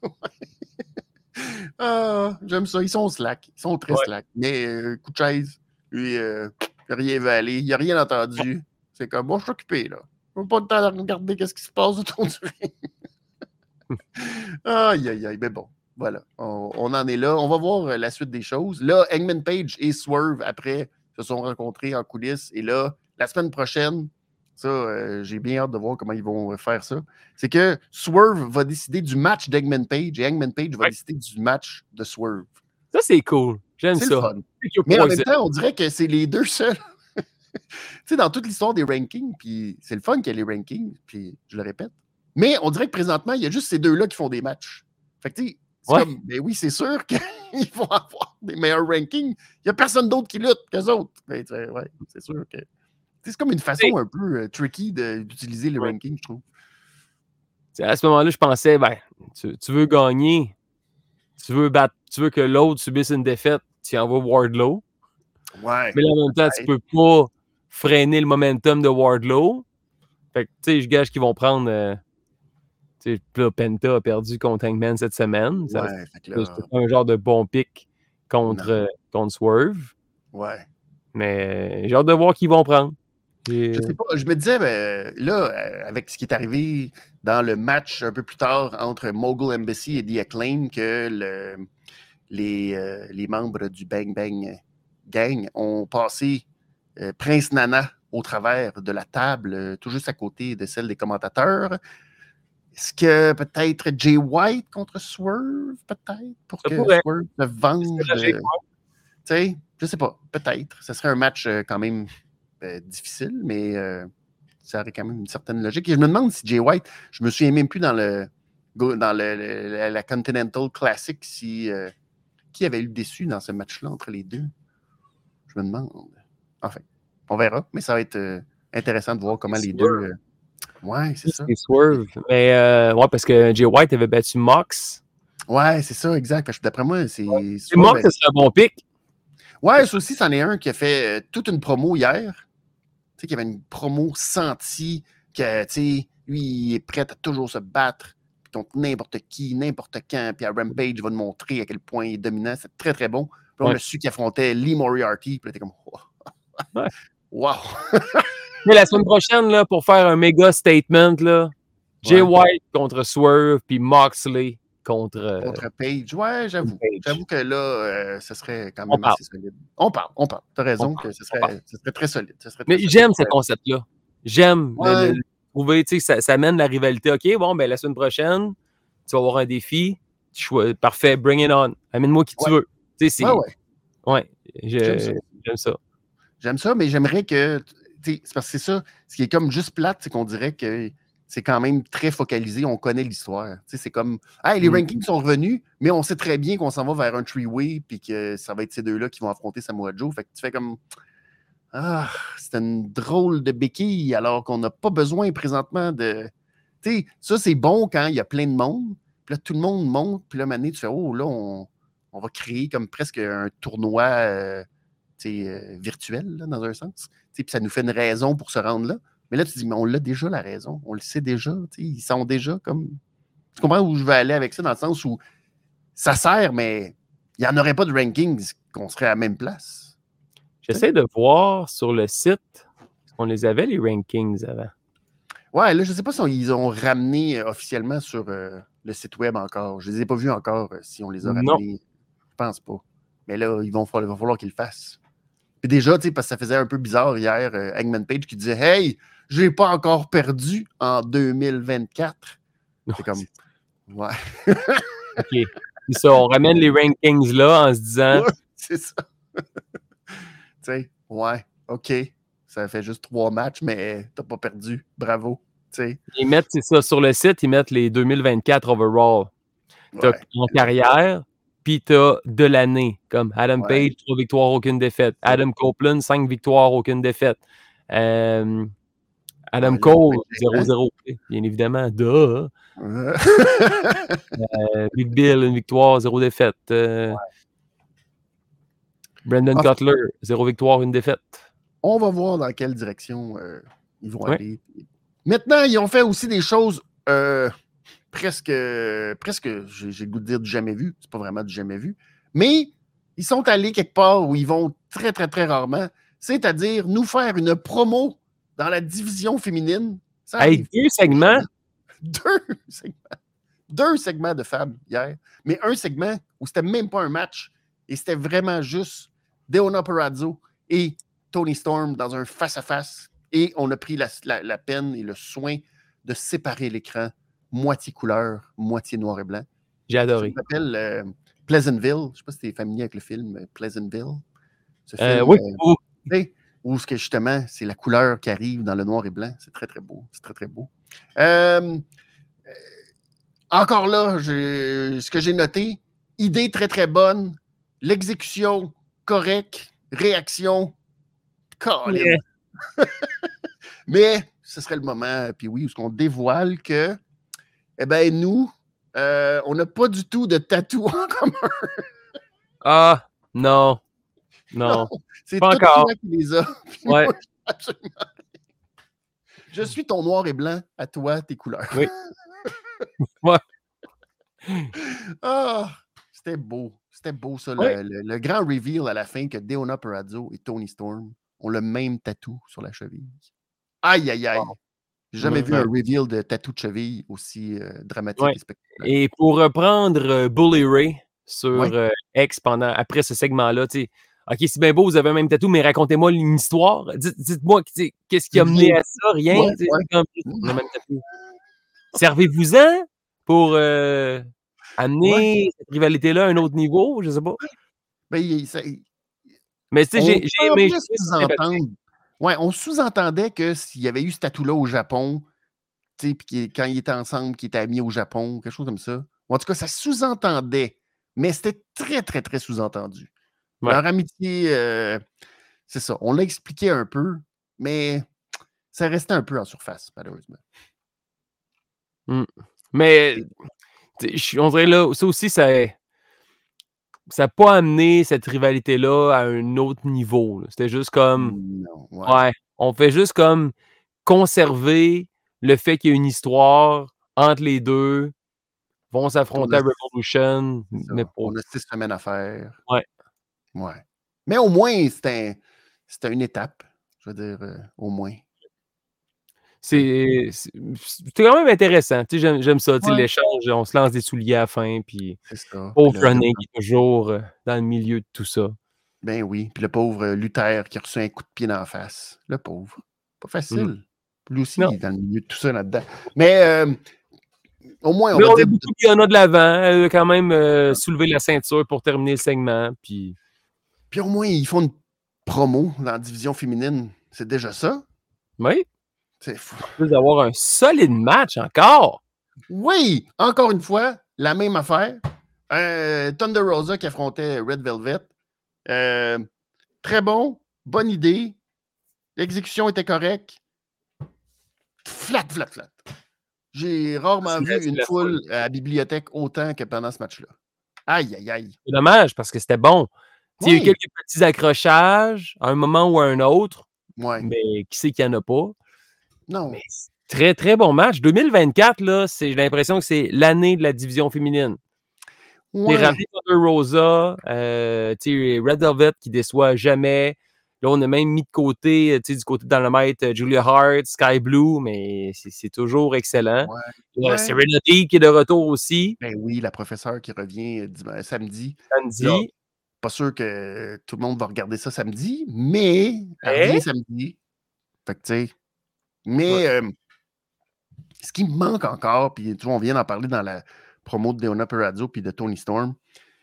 J'aime ça. Ils sont slack. Ils sont très slack. Mais coup de chaise, lui, rien veut aller. Il n'a rien entendu. C'est comme, bon, je suis occupé, là. Je n'ai pas le temps de regarder ce qui se passe autour du ring. Aïe, aïe, aïe. Mais bon, voilà. On en est là. On va voir la suite des choses. Là, Hangman Page et Swerve, après, se sont rencontrés en coulisses. Et là, la semaine prochaine, ça, j'ai bien hâte de voir comment ils vont faire ça. C'est que Swerve va décider du match d'Hangman Page et Hangman Page va décider du match de Swerve. Ça, c'est cool. J'aime C'est ça. le fun. Mais en même temps, on dirait que c'est les deux seuls. Tu sais, dans toute l'histoire des rankings, puis c'est le fun qu'il y ait les rankings, puis je le répète. Mais on dirait que présentement, il y a juste ces deux-là qui font des matchs. Fait que tu sais, c'est comme, ben oui, c'est sûr qu'ils vont avoir des meilleurs rankings. Il n'y a personne d'autre qui lutte qu'eux autres. Ben, ouais, c'est sûr que. C'est comme une façon un peu tricky d'utiliser les rankings, je trouve. T'sais, à ce moment-là, je pensais, ben, tu veux gagner, tu veux que l'autre subisse une défaite, tu envoies Wardlow. Ouais. Mais là, en même temps, tu peux pas freiner le momentum de Wardlow. Fait que, tu sais, je gage qu'ils vont prendre. Tu sais, Penta a perdu contre Hangman cette semaine. Ouais, c'est un genre de bon pic contre Swerve. Ouais. Mais j'ai hâte de voir qui ils vont prendre. Je sais pas, je me disais, ben, là, avec ce qui est arrivé dans le match un peu plus tard entre Mogul Embassy et The Acclaim, que les membres du Bang Bang Gang ont passé Prince Nana au travers de la table, tout juste à côté de celle des commentateurs. Est-ce que peut-être Jay White contre Swerve, peut-être, pour que Swerve se venge? Tu sais, je sais pas, peut-être. Ce serait un match quand même difficile, mais ça aurait quand même une certaine logique. Et je me demande si Jay White, je me souviens même plus dans la Continental Classic, si qui avait eu le déçu dans ce match-là entre les deux. Je me demande. Enfin, on verra, mais ça va être intéressant de voir comment les deux. Ouais, c'est ça. C'est Swerve. Mais ouais, parce que Jay White avait battu Mox. Ouais, c'est ça, exact. Parce que d'après moi, c'est. Mox, ça serait un bon pic. Ouais, ça aussi, c'en est un qui a fait toute une promo hier. Tu sais, qui avait une promo sentie que, tu sais, lui, il est prêt à toujours se battre contre n'importe qui, n'importe quand. Puis à Rampage, va nous montrer à quel point il est dominant. C'est très, très bon. Puis on a su qu'il affrontait Lee Moriarty. Puis là, t'es comme, wow. Mais la semaine prochaine, là, pour faire un méga statement, là, Jay White contre Swerve, puis Moxley contre Page. Ouais, j'avoue. J'avoue que là, ce serait quand même assez solide. On parle. T'as raison que ce serait très solide. Mais j'aime ce concept-là. J'aime trouver, tu sais, ça mène la rivalité. OK, bon, ben la semaine prochaine, tu vas avoir un défi. Parfait, bring it on. Amène-moi qui tu veux. Tu sais, ouais, j'aime ça. J'aime ça, mais j'aimerais que, c'est parce que c'est ça, ce qui est comme juste plate, c'est qu'on dirait que c'est quand même très focalisé, on connaît l'histoire. C'est comme, les rankings sont revenus, mais on sait très bien qu'on s'en va vers un three-way, puis que ça va être ces deux-là qui vont affronter Samoa Joe. Fait que tu fais comme, c'est une drôle de béquille, alors qu'on n'a pas besoin présentement de... Tu sais, ça, c'est bon quand il y a plein de monde, puis là, tout le monde monte, puis là, maintenant, tu fais, là, on va créer comme presque un tournoi virtuel, là, dans un sens. Puis ça nous fait une raison pour se rendre là. Mais là, tu te dis, mais on l'a déjà la raison. On le sait déjà. Ils sont déjà comme. Tu comprends où je veux aller avec ça, dans le sens où ça sert, mais il n'y en aurait pas de rankings qu'on serait à la même place. J'essaie de voir sur le site. On les avait, les rankings, avant. Ouais, là, je ne sais pas si ils ont ramené officiellement sur le site web encore. Je ne les ai pas vus encore si on les a ramenés. Non. Je pense pas. Mais là, il va falloir qu'ils le fassent. Puis déjà, tu sais, parce que ça faisait un peu bizarre hier, Hangman Page qui disait « Hey, j'ai pas encore perdu en 2024. » C'est comme... Ouais. OK. C'est ça, on ramène les rankings là en se disant... Ouais, c'est ça. Tu sais, ouais, OK. Ça fait juste 3 matchs, mais t'as pas perdu. Bravo. T'sais. Ils mettent, c'est ça, sur le site, ils mettent les 2024 overall. T'as en carrière... Puis t'as de l'année, comme Adam Page, 3 victoires, aucune défaite. Adam Copeland, 5 victoires, aucune défaite. Adam Cole, 0-0. Bien évidemment, Big Bill, 1 victoire, 0 défaite. Brandon Cutler, 0 victoire, 1 défaite. On va voir dans quelle direction ils vont aller. Maintenant, ils ont fait aussi des choses... presque, j'ai le goût de dire du jamais vu. C'est pas vraiment du jamais vu. Mais ils sont allés quelque part où ils vont très, très, très rarement. C'est-à-dire nous faire une promo dans la division féminine. Ça hey, 2 segments. 2 segments. 2 segments de Fab hier, mais un segment où c'était même pas un match et c'était vraiment juste Deonna Purrazzo et Toni Storm dans un face-à-face et on a pris la peine et le soin de séparer l'écran moitié couleur, moitié noir et blanc. J'ai adoré. Ça m'appelle Pleasantville. Je ne sais pas si tu es familier avec le film Pleasantville. Ce film, Oui. où justement, c'est la couleur qui arrive dans le noir et blanc. C'est très, très beau. C'est très, très beau. Encore là, ce que j'ai noté, idée très, très bonne, l'exécution correcte, réaction, Yeah. Mais ce serait le moment, puis oui, où on dévoile que, eh bien, nous, on n'a pas du tout de tatou en commun. Ah, non. Non. C'est pas tout encore. toi qui les as. Ouais. Moi, absolument. Je suis ton noir et blanc, à toi, tes couleurs. Oui. Ouais. Ah, c'était beau. C'était beau, ça. Ouais. Le grand reveal à la fin que Deonna Purrazzo et Toni Storm ont le même tatou sur la cheville. Aïe, aïe, aïe. Wow. J'ai jamais vu Ouais. un reveal de tatou de cheville aussi dramatique Ouais. et spectaculaire. Et pour reprendre Bully Ray sur Ouais. X après ce segment-là, tu sais, OK, c'est bien beau, vous avez un même tatou, mais racontez-moi une histoire. Dites-moi, qu'est-ce qui a mené à ça? Rien. Ouais, C'est ouais. comme on a le même tatou. Servez-vous-en pour amener cette rivalité-là à un autre niveau, je sais pas. Ben, Mais tu sais, j'ai aimé. sous-entendre. Ouais, on sous-entendait que s'il y avait eu ce tatou-là au Japon, tu sais, puis quand ils étaient ensemble, qu'ils étaient amis au Japon, quelque chose comme ça. En tout cas, ça sous-entendait, mais c'était très, très, très sous-entendu. Ouais. Leur amitié, c'est ça. On l'a expliqué un peu, mais ça restait un peu en surface, malheureusement. Mais on dirait là, ça aussi, ça n'a pas amené cette rivalité-là à un autre niveau. Là. C'était juste comme, Non, ouais, on fait juste comme conserver le fait qu'il y a une histoire entre les deux, vont s'affronter à Revolution, mais pas. On a 6 semaines à faire. Ouais. Ouais. Mais au moins, c'était une étape. Je veux dire, au moins. C'est quand même intéressant. Tu sais, j'aime ça, tu sais, Ouais. l'échange, on se lance des souliers à la fin, puis C'est ça. pauvre Running qui est toujours dans le milieu de tout ça. Ben oui. Puis le pauvre Luther qui a reçu un coup de pied dans la face. Le pauvre. Pas facile. Lui aussi, il est dans le milieu de tout ça là-dedans. Mais au moins, on va dire. Beaucoup qu'il y en a de l'avant. Elle a quand même soulevé la ceinture pour terminer le segment. Puis au moins, ils font une promo dans la division féminine. C'est déjà ça. Oui. C'est fou. Plus d'avoir un solide match encore. Oui, encore une fois, la même affaire. Thunder Rosa qui affrontait Red Velvet. Très bon, bonne idée. L'exécution était correcte. Flat. J'ai rarement vu une foule à la bibliothèque autant que pendant ce match-là. Aïe, aïe, aïe. C'est dommage parce que c'était bon. Il y a eu quelques petits accrochages à un moment ou à un autre. Ouais. Mais qui sait qu'il n'y en a pas? Non. Mais très, très bon match. 2024, là, j'ai l'impression que c'est l'année de la division féminine. Ouais. Ramené Thunder Rosa, Red Velvet qui déçoit jamais. Là, on a même mis de côté, du côté dans le maître, Julia Hart, Sky Blue, mais c'est toujours excellent. Ouais. Serenity qui est de retour aussi. Ben oui, la professeure qui revient samedi. Là, pas sûr que tout le monde va regarder ça samedi, mais elle revient samedi. Fait que, tu sais. Mais ce qui me manque encore, puis on vient d'en parler dans la promo de Deonna Purrazzo puis de Toni Storm.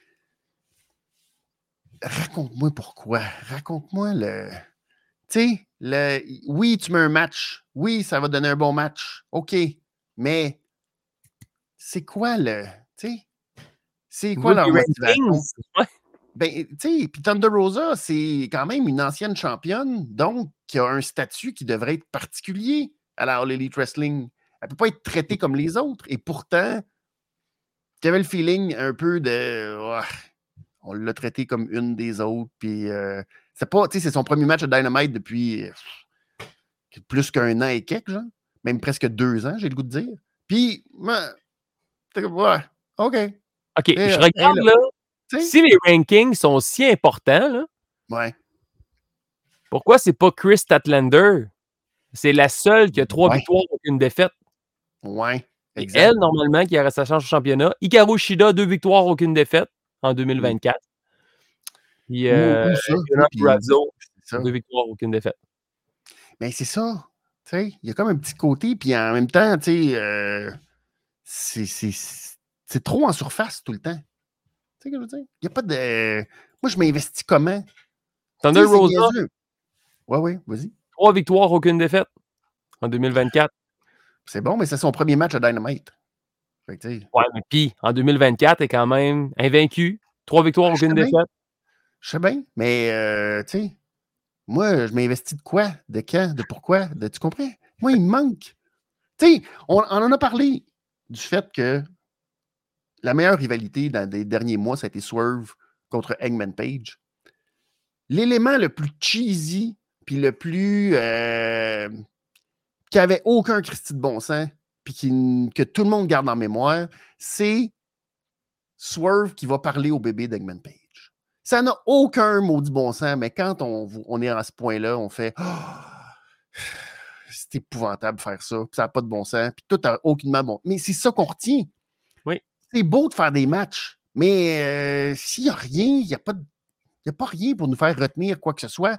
Raconte-moi pourquoi. Raconte-moi le. Tu sais, oui, tu mets un match. Oui, ça va donner un bon match. OK. Mais c'est quoi le. Tu sais, c'est quoi leur motivation? Ben, tu sais, puis Thunder Rosa, c'est quand même une ancienne championne, donc qui a un statut qui devrait être particulier à la All Elite Wrestling. Elle ne peut pas être traitée comme les autres. Et pourtant, tu avais le feeling un peu de. On l'a traité comme une des autres. Puis c'est pas, tu sais, c'est son premier match de Dynamite depuis plus qu'un an et quelques, genre. Même presque 2 ans, j'ai le goût de dire. Puis, ouais, OK. OK, je regarde là. Si les rankings sont si importants, là, ouais. Pourquoi c'est pas Chris Statlander? C'est la seule qui a 3 victoires et 1 défaite. Ouais. Et Exact. elle, normalement, qui aurait sa chance au championnat. Hikaru Shida, 2 victoires, aucune défaite en 2024. Puis Où ça? Yuna Puis Purrazzo, c'est 2 ça. victoires, aucune défaite. Ben, c'est ça. Tu sais, il y a comme un petit côté, puis en même temps, tu sais, c'est trop en surface tout le temps. Tu sais ce que je veux dire? Il n'y a pas de. Moi, je m'investis comment? Thunder Tu sais, c'est Rosa, niaiseux. Ouais, ouais, vas-y. 3 victoires, aucune défaite en 2024. C'est bon, mais c'est son premier match à Dynamite. Fait que, tu sais, Ouais, mais puis en 2024, elle est quand même invaincue. 3 victoires, je aucune sais bien. défaite. Je sais bien. Mais, tu sais, moi, je m'investis de quoi? De quand? De pourquoi? Tu comprends? Moi, il me manque. Tu sais, on en a parlé du fait que la meilleure rivalité dans les derniers mois, ça a été Swerve contre Eggman Page. L'élément le plus cheesy, puis le plus. Qui avait aucun Christy de bon sens, puis que tout le monde garde en mémoire, c'est Swerve qui va parler au bébé d'Eggman Page. Ça n'a aucun maudit bon sens, mais quand on est à ce point-là, on fait c'est épouvantable de faire ça, puis ça n'a pas de bon sens, puis tout n'a aucunement bon. Mais c'est ça qu'on retient. Oui. C'est beau de faire des matchs, mais s'il n'y a rien, il n'y a pas rien pour nous faire retenir quoi que ce soit.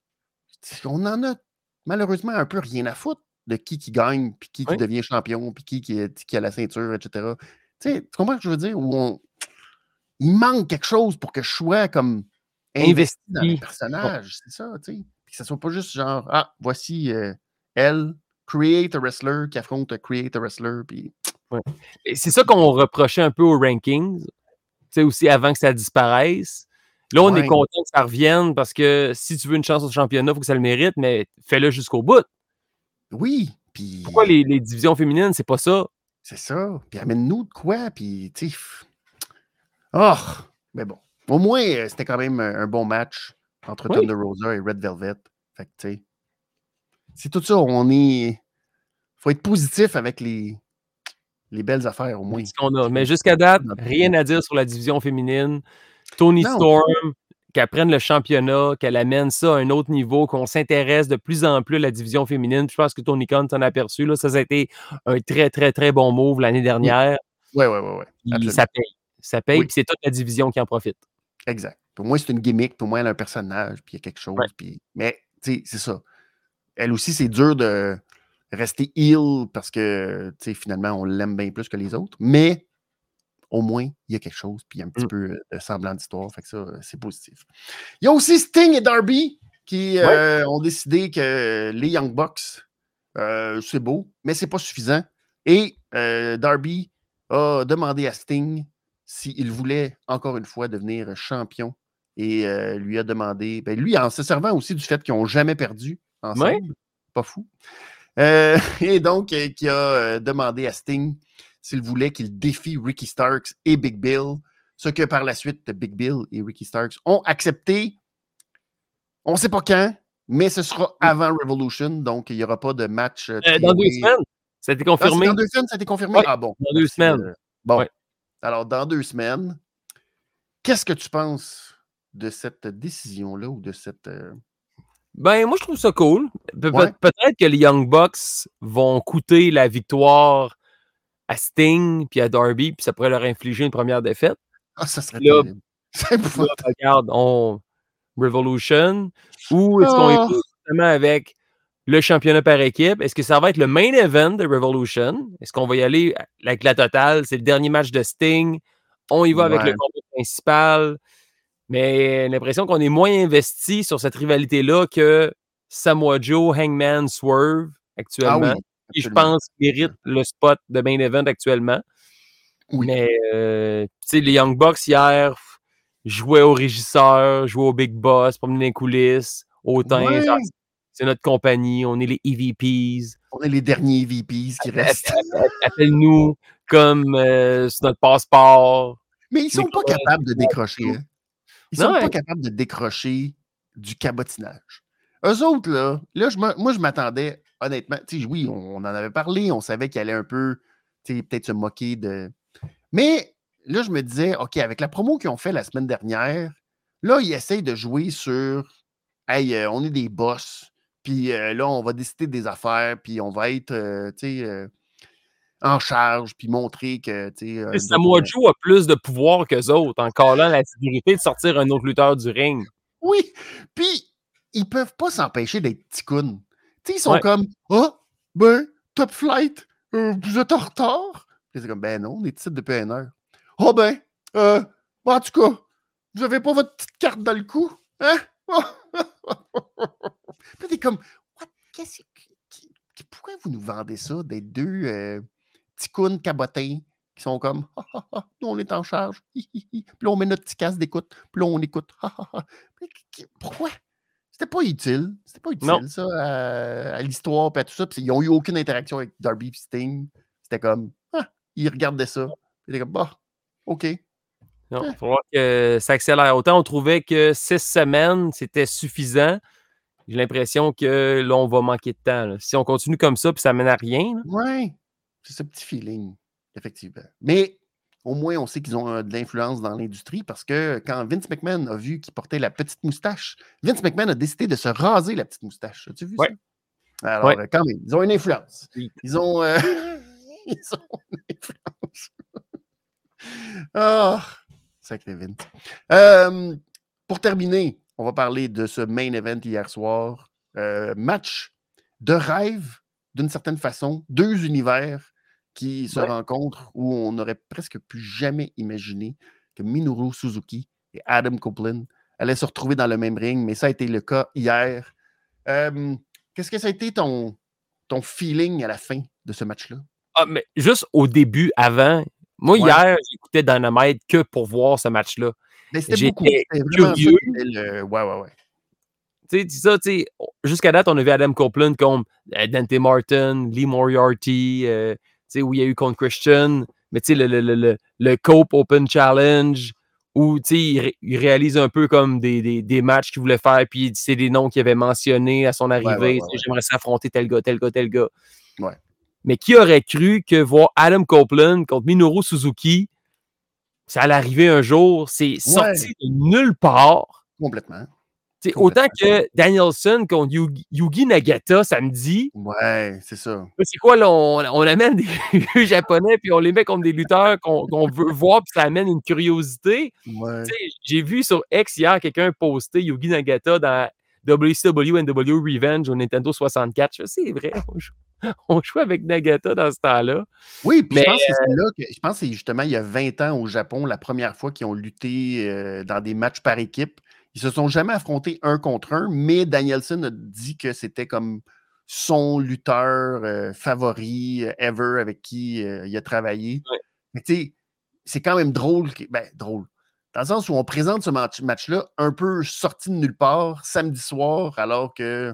On en a malheureusement un peu rien à foutre de qui gagne, puis qui Oui. devient champion, puis qui a la ceinture, etc. Tu comprends ce que je veux dire? Il manque quelque chose pour que je sois comme investi dans les Investi. Ouais. personnages, c'est ça, tu sais. Puis que ça soit pas juste genre, ah, voici elle, create a wrestler qui affronte create a wrestler, puis... Ouais. Et c'est ça qu'on reprochait un peu aux rankings, tu sais, aussi avant que ça disparaisse. Là, on est Ouais, content que ça revienne parce que si tu veux une chance au championnat, il faut que ça le mérite, mais fais-le jusqu'au bout. oui, Pourquoi puis les divisions féminines, c'est pas ça? c'est ça. Puis amène-nous de quoi, puis tu sais... Oh, mais bon. Au moins, c'était quand même un bon match entre Oui. Thunder Rosa et Red Velvet. Fait que, tu sais, c'est tout ça. Faut être positif avec les belles affaires, au moins. Ce qu'on a. Tu Mais sais, jusqu'à date, dans tout rien ça. à dire sur la division féminine. Tony Non, Storm, qu'elle prenne le championnat, qu'elle amène ça à un autre niveau, qu'on s'intéresse de plus en plus à la division féminine. Je pense que Tony Khan s'en a aperçu. Là. Ça a été un très, très, très bon move l'année oui. dernière. Ouais. Puis Absolument. ça paye. Ça paye, Oui, puis c'est toute la division qui en profite. exact. Pour moi, c'est une gimmick. Pour moi, elle a un personnage, puis il y a quelque Ouais. chose. Puis... Mais, tu sais, c'est ça. Elle aussi, c'est dur de rester heel parce que, tu sais, finalement, on l'aime bien plus que les autres. Mais au moins, il y a quelque chose, puis un petit Mm. peu de semblant d'histoire. Fait que ça, c'est positif. Il y a aussi Sting et Darby qui Ouais. ont décidé que les Young Bucks, c'est beau, mais c'est pas suffisant. Et Darby a demandé à Sting s'il voulait encore une fois devenir champion et lui a demandé, ben lui, en se servant aussi du fait qu'ils n'ont jamais perdu Ouais. ensemble, pas fou. Et donc, qui a demandé à Sting s'il voulait qu'il défie Ricky Starks et Big Bill, ce que par la suite, Big Bill et Ricky Starks ont accepté. On ne sait pas quand, mais ce sera avant Revolution, donc il n'y aura pas de match Dans 2 triowé. semaines, ça a été Ah, c'est dans confirmé. 2 semaines, ça a été confirmé? Ouais, Ah bon, dans 2 merci semaines. de... Bon, Ouais. alors dans 2 semaines, qu'est-ce que tu penses de cette décision-là ou de cette... Ben, moi, je trouve ça cool. Ouais? Peut-être que les Young Bucks vont coûter la victoire à Sting puis à Darby, puis ça pourrait leur infliger une première défaite. Ah, ça serait Là, terrible. C'est épouvantable. regarde, on Revolution, ou est-ce qu'on y Oh! va justement avec le championnat par équipe? Est-ce que ça va être le main event de Revolution? Est-ce qu'on va y aller avec la totale? C'est le dernier match de Sting. On y va avec le Ouais. combat principal. Mais l'impression qu'on est moins investi sur cette rivalité-là que Samoa Joe, Hangman, Swerve Ah actuellement, oui, qui je absolument. pense mérite le spot de main event actuellement. Oui. Mais tu sais, les Young Bucks hier jouaient au régisseur, jouaient au Big Boss, promenaient dans les coulisses, autant Ouais. c'est notre compagnie, on est les EVPs. On est les derniers VPs qui restent. Appelle-nous comme c'est notre passeport. Mais ils sont pas capables de décrocher. Hein? Ils Non, sont pas ouais. capables de décrocher du cabotinage. Eux autres, là moi, je m'attendais, honnêtement, tu sais, oui, on en avait parlé, on savait qu'il allait un peu, tu sais, peut-être se moquer de... Mais là, je me disais, OK, avec la promo qu'ils ont fait la semaine dernière, là, ils essayent de jouer sur, hey, on est des boss, puis là, on va décider des affaires, puis on va être, tu sais, en charge, puis montrer que, tu sais, Samoa Joe a plus de pouvoir qu'eux autres en callant la sécurité de sortir un autre lutteur du ring. Oui, puis ils peuvent pas s'empêcher d'être ticounes. Tu sais, ils sont Ouais. comme « Ah, ben, Top Flight, vous êtes en retard? » Puis c'est comme « Ben non, on est ici depuis 1 heure. »« Ah ben, en tout cas, vous avez pas votre petite carte dans le cou? Hein? » Puis t'es comme « What? Qu'est-ce que... Pourquoi vous nous vendez ça d'être deux ticounes cabotés qui sont comme « Ah, ah, ah, nous, on est en charge. Hi, hi, hi. » Puis là, on met notre petit casque d'écoute. Puis là, on écoute. Ah, ah, ah. Pourquoi? C'était pas utile. C'était pas utile, Non. ça, à l'histoire et à tout ça. Puis ils n'ont eu aucune interaction avec Darby et Sting. C'était comme, ils regardaient ça. Ils étaient comme, bah, OK. Non, il faut voir que ça accélère. Autant on trouvait que 6 semaines, c'était suffisant. J'ai l'impression que là, on va manquer de temps. Là. Si on continue comme ça, puis ça mène à rien. Là. Ouais, c'est ce petit feeling, effectivement. Mais au moins, on sait qu'ils ont de l'influence dans l'industrie parce que quand Vince McMahon a vu qu'il portait la petite moustache, Vince McMahon a décidé de se raser la petite moustache. As-tu vu ça? Alors, quand même, ils ont une influence. Oui. Ils ont, ils ont une influence. Ah, sacré Vince. Pour terminer, on va parler de ce main event hier soir. Match de rêve, d'une certaine façon. 2 univers qui se rencontrent où on n'aurait presque plus jamais imaginé que Minoru Suzuki et Adam Copeland allaient se retrouver dans le même ring, mais ça a été le cas hier. Qu'est-ce que ça a été ton feeling à la fin de ce match-là? Ah, mais juste au début, avant, moi, hier, j'écoutais Dynamite que pour voir ce match-là. Mais c'était beaucoup. C'était vraiment curieux. Ça, ouais. Tu sais, jusqu'à date, on a vu Adam Copeland comme Dante Martin, Lee Moriarty, où il y a eu contre Christian, mais tu sais, le Cope Open Challenge, où il réalise un peu comme des matchs qu'il voulait faire, puis c'est des noms qu'il avait mentionnés à son arrivée. Ouais. J'aimerais s'affronter tel gars. Ouais. Mais qui aurait cru que voir Adam Copeland contre Minoru Suzuki, ça allait arriver un jour, c'est sorti de nulle part. Complètement. Autant que Danielson contre Yugi Nagata samedi. Ouais, c'est ça. C'est quoi, là, on amène des vieux japonais puis on les met comme des lutteurs qu'on veut voir puis ça amène une curiosité. Ouais. J'ai vu sur X hier quelqu'un poster Yugi Nagata dans WCW NW Revenge au Nintendo 64. C'est vrai, on joue avec Nagata dans ce temps-là. Oui, puis je pense que c'est là que je pense que c'est justement il y a 20 ans au Japon, la première fois qu'ils ont lutté dans des matchs par équipe. Ils se sont jamais affrontés un contre un, mais Danielson a dit que c'était comme son lutteur favori ever avec qui il a travaillé. Ouais. Mais tu sais, c'est quand même drôle. Drôle. Dans le sens où on présente ce match-là un peu sorti de nulle part, samedi soir, alors que...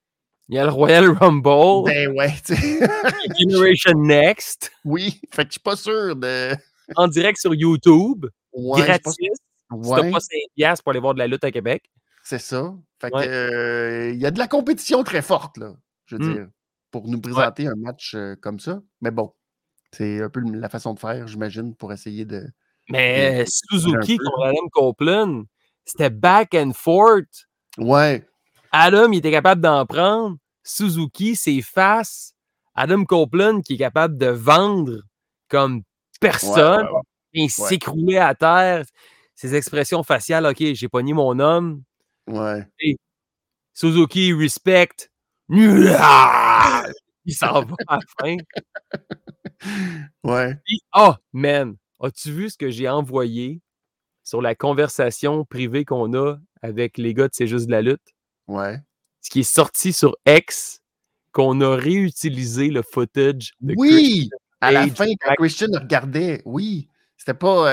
Il y a le Royal Rumble. Ben ouais, tu sais. Generation Next. Oui, fait que je suis pas sûr de... En direct sur YouTube. Ouais, gratis. Si t'as pas 5$ pour aller voir de la lutte à Québec. C'est ça. Fait que il y a de la compétition très forte, là, je veux dire, pour nous présenter un match comme ça. Mais bon, c'est un peu la façon de faire, j'imagine, pour essayer de... Mais Suzuki contre Adam Copeland, c'était back and forth. Ouais. Adam, il était capable d'en prendre. Suzuki, c'est face. Adam Copeland, qui est capable de vendre comme personne. Il s'écroulait à terre. Ses expressions faciales, OK, j'ai pogné mon homme. Ouais. Et Suzuki, respect. Il s'en va à la fin. Ouais. Puis, oh, man, as-tu vu ce que j'ai envoyé sur la conversation privée qu'on a avec les gars de C'est juste de la lutte? Ouais. Ce qui est sorti sur X, qu'on a réutilisé le footage de Christian à la fin, quand Christian regardait. Oui. C'était pas...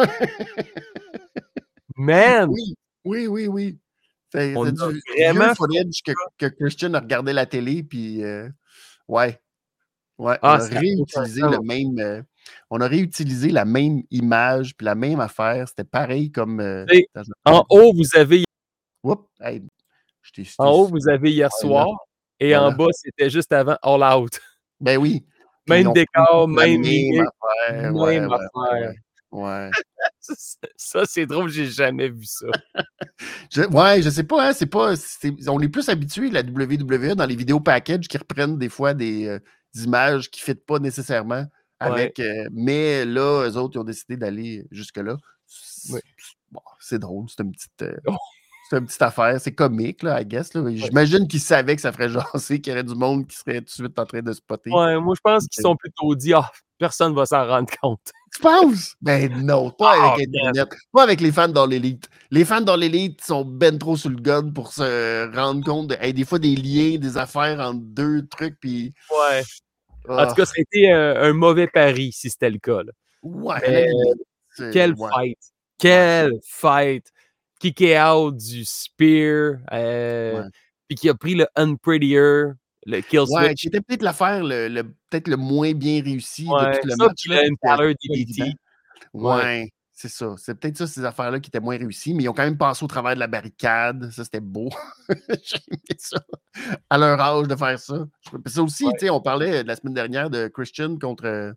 Man! Oui. C'est du vraiment vieux footage que Christian a regardé la télé, puis ouais. On a réutilisé le même... on a réutilisé la même image, puis la même affaire. C'était pareil comme... en haut, vous avez... Oups! Hey, en haut, vous avez hier soir, et en bas, c'était juste avant All Out. Ben oui. Même décor, même affaire. Même affaire. Ouais. Ça, c'est drôle, j'ai jamais vu ça. Je sais pas, hein, on est plus habitué, la WWE, dans les vidéos package qui reprennent des fois des d'images qui ne fitent pas nécessairement avec. Mais là, eux autres, ils ont décidé d'aller jusque-là. Bon, c'est drôle, c'est une petite affaire, c'est comique, là, I guess. Là. J'imagine qu'ils savaient que ça ferait jaser, qu'il y aurait du monde qui serait tout de suite en train de spotter. Ouais, moi, je pense qu'ils sont plutôt dit, personne ne va s'en rendre compte. Tu penses? Ben non, pas avec Internet, pas avec les fans dans l'élite. Les fans dans l'élite sont ben trop sur le gun pour se rendre compte de, des fois, des liens, des affaires entre deux trucs, puis... Ouais. En tout cas, ça a été un mauvais pari, si c'était le cas. Là. Ouais, à la limite. Quelle fight! Quelle fight! Kické out du spear, puis qui a pris le Unprettier, le kill switch. Ouais, qui était peut-être l'affaire peut-être le moins bien réussi de tout le ça, match. Puis le Impaler DDT. Ouais, c'est ça. C'est peut-être ça, ces affaires-là qui étaient moins réussies, mais ils ont quand même passé au travers de la barricade. Ça, c'était beau. J'ai aimé ça. À leur âge de faire ça. Ça aussi, tu sais, on parlait la semaine dernière de Christian contre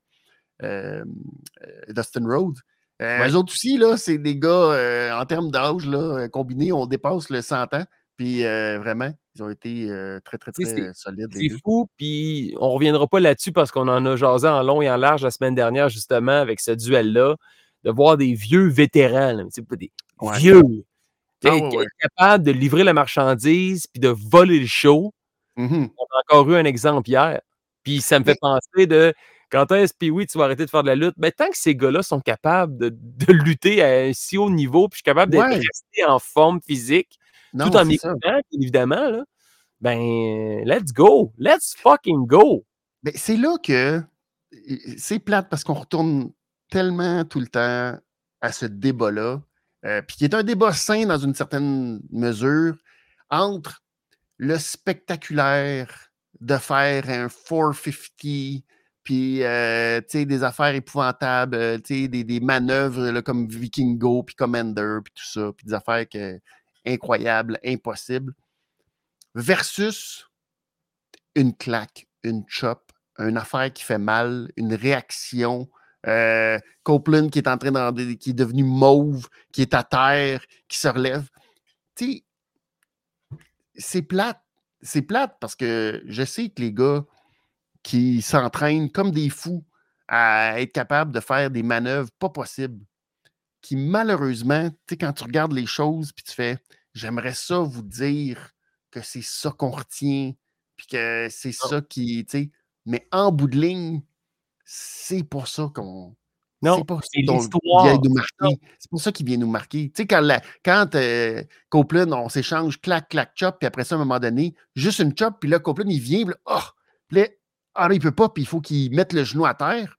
Dustin Rhodes. Eux autres aussi, là, c'est des gars, en termes d'âge, là, combinés, on dépasse le 100 ans. Puis vraiment, ils ont été très, très, très solides. C'est fou, puis on ne reviendra pas là-dessus parce qu'on en a jasé en long et en large la semaine dernière, justement, avec ce duel-là, de voir des vieux vétérans, là, des vieux, capables de livrer la marchandise puis de voler le show. On a encore eu un exemple hier. Puis ça me fait penser de quand est-ce, puis oui, tu vas arrêter de faire de la lutte. Mais tant que ces gars-là sont capables de lutter à un si haut niveau, puis je suis capable d'être resté en forme physique, tout en m'écoutant, bien évidemment, là, ben, let's go. Let's fucking go. Ben, c'est là que c'est plate parce qu'on retourne tellement tout le temps à ce débat-là, puis qui est un débat sain dans une certaine mesure, entre le spectaculaire de faire un 450, puis des affaires épouvantables, des manœuvres là, comme Vikingo, puis Commander, puis tout ça, puis des affaires incroyables, impossibles, versus une claque, une chop, une affaire qui fait mal, une réaction. Copeland qui est en train qui est devenu mauve, qui est à terre, qui se relève. Tu sais, c'est plate. C'est plate parce que je sais que les gars qui s'entraînent comme des fous à être capables de faire des manœuvres pas possibles, qui malheureusement, tu sais, quand tu regardes les choses puis tu fais « J'aimerais ça vous dire que c'est ça qu'on retient, puis que c'est ça qui, tu sais, mais en bout de ligne, c'est pour ça qu'on... Non, c'est pas c'est l'histoire. l'histoire. Nous marquer. C'est pour ça qu'il vient nous marquer. Tu sais, quand Copeland, on s'échange clac, clac, chop, puis après ça, à un moment donné, juste une chop, puis là, Copeland, il vient, puis là, il peut pas, puis il faut qu'il mette le genou à terre.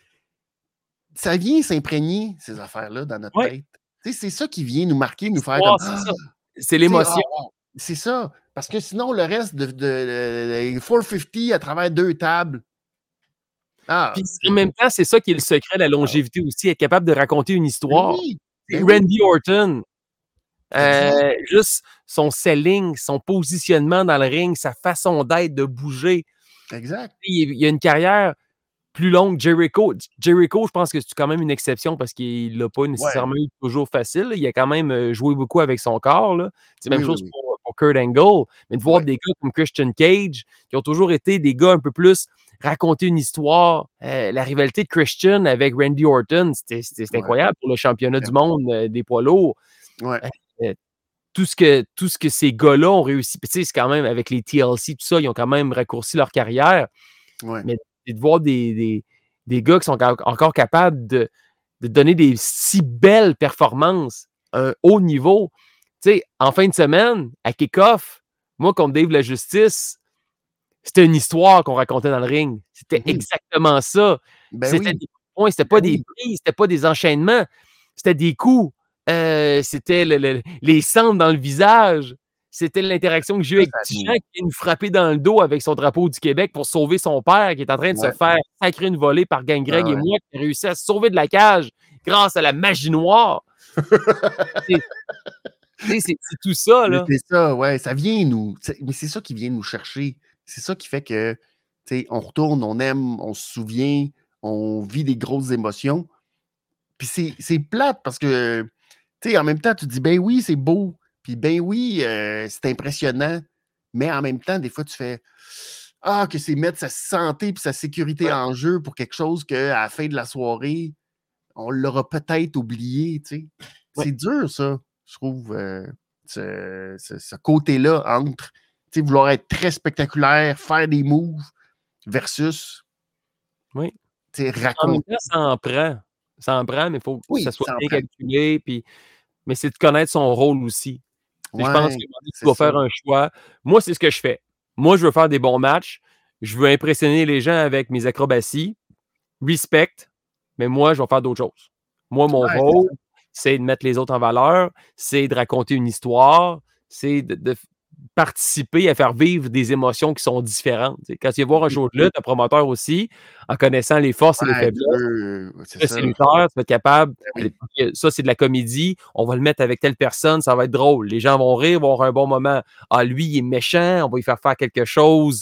Ça vient s'imprégner, ces affaires-là, dans notre tête. Tu sais, c'est ça qui vient nous marquer, nous faire comme... C'est l'émotion. C'est ça. Parce que sinon, le reste de 450 à travers 2 tables. Puis en même temps, c'est ça qui est le secret de la longévité aussi, être capable de raconter une histoire. Ben Randy Orton, juste son selling, son positionnement dans le ring, sa façon d'être, de bouger. Exact. Il y a une carrière plus longue. Jericho, je pense que c'est quand même une exception parce qu'il l'a pas nécessairement eu toujours facile. Il a quand même joué beaucoup avec son corps. Là. C'est la même chose pour Kurt Angle. Mais de voir des gars comme Christian Cage, qui ont toujours été des gars un peu plus raconter une histoire. La rivalité de Christian avec Randy Orton, c'était incroyable pour le championnat du monde des poids lourds. Tout ce que ces gars-là ont réussi, tu sais, c'est quand même avec les TLC, tout ça, ils ont quand même raccourci leur carrière. Mais de voir des gars qui sont encore capables de donner des si belles performances à un haut niveau. Tu sais, en fin de semaine, à kick-off, moi, contre Dave La Justice, c'était une histoire qu'on racontait dans le ring. C'était exactement ça. C'était des points, c'était pas des prises, c'était pas des enchaînements, c'était des coups. C'était les cendres dans le visage. C'était l'interaction que j'ai eu avec Tichan qui vient nous frapper dans le dos avec son drapeau du Québec pour sauver son père qui est en train de se faire sacrer une volée par Gang Greg et moi qui a réussi à se sauver de la cage grâce à la magie noire. C'est tout ça, là. C'est ça, ouais. Ça vient nous... Mais c'est ça qui vient nous chercher. C'est ça qui fait que, tu sais, on retourne, on aime, on se souvient, on vit des grosses émotions. Puis c'est plate parce que, tu sais, en même temps, tu te dis, ben oui, c'est beau. Puis ben oui, c'est impressionnant. Mais en même temps, des fois, tu fais, que c'est mettre sa santé et sa sécurité en jeu pour quelque chose qu'à la fin de la soirée, on l'aura peut-être oublié, tu sais. C'est dur, ça, je trouve, ce côté-là entre, tu sais, vouloir être très spectaculaire, faire des moves versus, tu sais, raconter. En même temps, ça en prend, mais il faut que ça soit bien prend. calculé, mais c'est de connaître son rôle aussi. Je pense que tu dois faire un choix. Moi, c'est ce que je fais. Moi, je veux faire des bons matchs. Je veux impressionner les gens avec mes acrobaties. Respect, mais moi, je vais faire d'autres choses. Moi, mon rôle, c'est de mettre les autres en valeur, c'est de raconter une histoire, c'est de participer à faire vivre des émotions qui sont différentes. T'sais, quand tu vas voir un show de lutte, un promoteur aussi, en connaissant les forces et les faiblesses, c'est lutteur, tu vas être capable. Ça, c'est de la comédie. On va le mettre avec telle personne, ça va être drôle. Les gens vont rire, vont avoir un bon moment. Ah, lui, il est méchant, on va lui faire quelque chose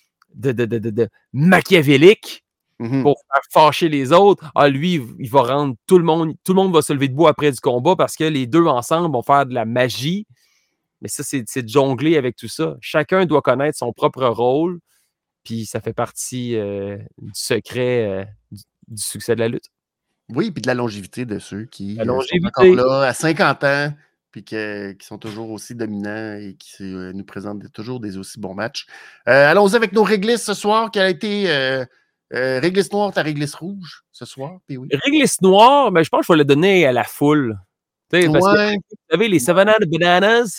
de machiavélique pour faire fâcher les autres. Ah, lui, il va rendre tout le monde va se lever debout après du combat parce que les deux ensemble vont faire de la magie. Mais ça, c'est de jongler avec tout ça. Chacun doit connaître son propre rôle, puis ça fait partie du secret du succès de la lutte. Oui, puis de la longévité de ceux qui sont encore là à 50 ans, puis qui sont toujours aussi dominants et qui nous présentent toujours des aussi bons matchs. Allons-y avec nos réglisses ce soir. Quelle a été réglisse noire, ta réglisse rouge ce soir? Puis oui. Réglisse noire, ben, je pense que je vais le donner à la foule. Parce que, vous savez, les Savannah Bananas,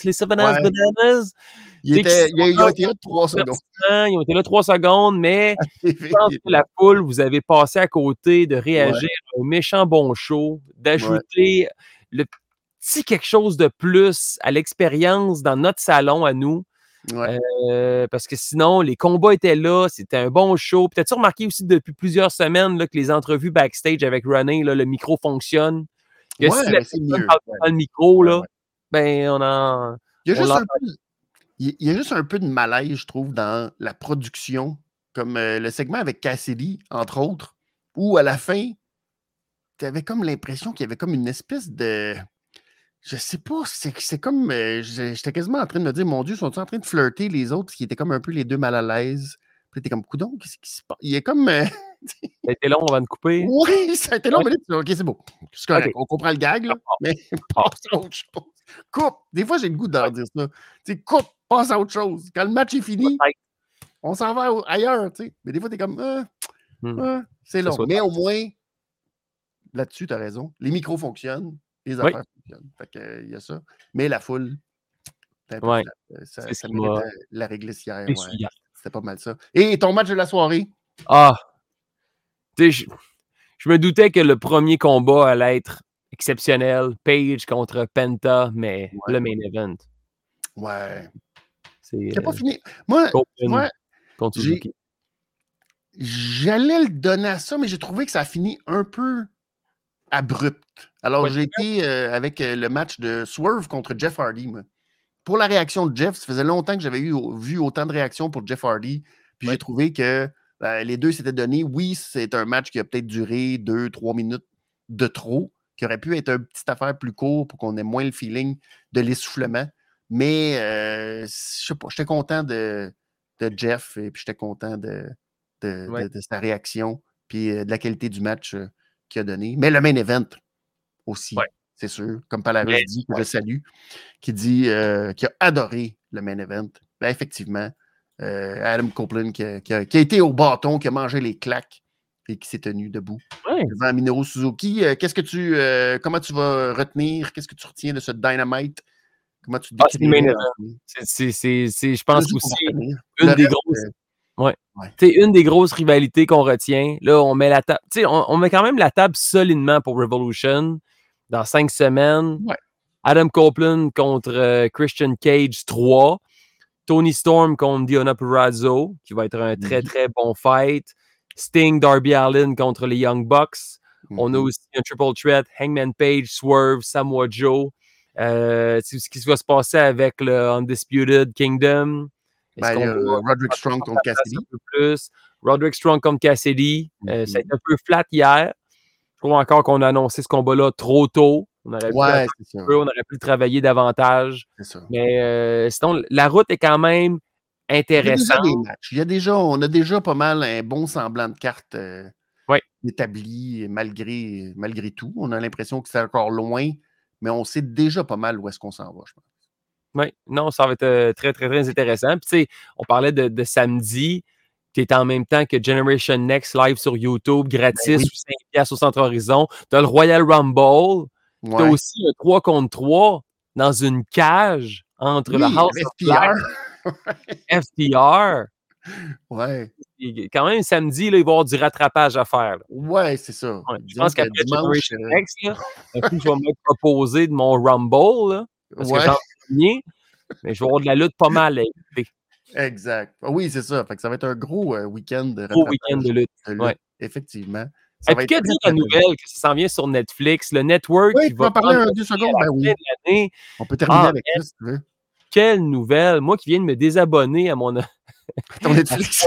ils ont été là 3 secondes. Ils ont été là 3 secondes, mais je pense que la foule, vous avez passé à côté de réagir à un méchant bon show, d'ajouter le petit quelque chose de plus à l'expérience dans notre salon à nous. Parce que sinon, les combats étaient là, c'était un bon show. Peut-être remarqué aussi depuis plusieurs semaines là, que les entrevues backstage avec René, là, le micro fonctionne. Que si la personne parle dans le micro, là, ben on en. Il y a juste un peu de malaise, je trouve, dans la production, comme le segment avec Cassidy, entre autres, où à la fin, tu avais comme l'impression qu'il y avait comme une espèce de. Je sais pas, c'est comme. J'étais quasiment en train de me dire, mon Dieu, sont-ils en train de flirter les autres qui étaient comme un peu les deux mal à l'aise? Puis t'es comme, coudonc, qu'est-ce qui se passe? Il est comme. Ça a été long avant de couper. Oui, ça a été long, mais là, OK, c'est beau. C'est correct. On comprend le gag, là, mais passe à autre chose. Coupe. Des fois, j'ai le goût de dire ça. Tu sais, coupe, passe à autre chose. Quand le match est fini, on s'en va ailleurs, tu sais. Mais des fois, t'es comme, c'est long. Mais au moins, là-dessus, t'as raison. Les micros fonctionnent, les affaires fonctionnent. Fait qu'il y a ça. Mais la foule, ça méritait la réglisse hier. C'était pas mal ça. Et ton match de la soirée? Je me doutais que le premier combat allait être exceptionnel. Page contre Penta, mais le main event. Ouais. C'est pas fini. Moi, contre Suzuki. J'allais le donner à ça, mais j'ai trouvé que ça a fini un peu abrupt. Alors, j'ai été avec le match de Swerve contre Jeff Hardy. Moi. Pour la réaction de Jeff, ça faisait longtemps que j'avais vu autant de réactions pour Jeff Hardy. Puis j'ai trouvé que les deux s'étaient donnés. Oui, c'est un match qui a peut-être duré 2-3 minutes de trop, qui aurait pu être une petite affaire plus court pour qu'on ait moins le feeling de l'essoufflement. Mais je sais pas, j'étais content de Jeff et puis j'étais content de sa réaction puis de la qualité du match qu'il a donné. Mais le main event aussi, c'est sûr. Comme Palaris dit, que je salue, qui dit qu'il a adoré le main event. Ben, effectivement, Adam Copeland qui a été au bâton, qui a mangé les claques et qui s'est tenu debout devant Minoru Suzuki. Comment tu vas retenir? Qu'est-ce que tu retiens de ce Dynamite? Comment tu c'est le main event. Je pense aussi une des grosses. C'est une des grosses rivalités qu'on retient. Là, on met la table. On met quand même la table solidement pour Revolution dans 5 semaines. Adam Copeland contre Christian Cage 3. Tony Storm contre Deonna Purrazzo, qui va être un très, très bon fight. Sting, Darby Allin contre les Young Bucks. On a aussi un triple threat, Hangman Page, Swerve, Samoa Joe. Ce qui va se passer avec le Undisputed Kingdom. Roderick Strong contre Cassidy. Roderick Strong contre Cassidy. Ça a été un peu flat hier. Je trouve encore qu'on a annoncé ce combat-là trop tôt. On aurait pu le travailler davantage. Mais sinon, la route est quand même intéressante. des matchs. On a déjà pas mal un bon semblant de carte établi malgré tout. On a l'impression que c'est encore loin, mais on sait déjà pas mal où est-ce qu'on s'en va, je pense. Oui, non, ça va être très, très, très intéressant. Puis, tu sais, on parlait de samedi, qui est en même temps que Generation Next live sur YouTube, gratis, Oui. ou 5$ au Centre Horizon. Tu as le Royal Rumble. Tu as aussi un 3 contre 3 dans une cage entre le House of Black et FTR. Ouais. Quand même, samedi, là, il va y avoir du rattrapage à faire. Là. Ouais, c'est ça. Ouais, je pense qu'après dimanche, Generation Next, là, un coup, je vais me proposer de mon Rumble, là, parce que j'en premier, mais je vais avoir de la lutte pas mal à écouter. Exact. Oui, c'est ça. Fait que ça va être un gros week-end de rattrapage. Gros week-end de lutte. Ouais. Effectivement. Et puis, que dire la nouvelle que ça s'en vient sur Netflix, le network qui va parler 2 secondes. Ben oui. L'année. On peut terminer avec ça, si tu veux. Quelle nouvelle! Moi qui viens de me désabonner à mon ton Netflix.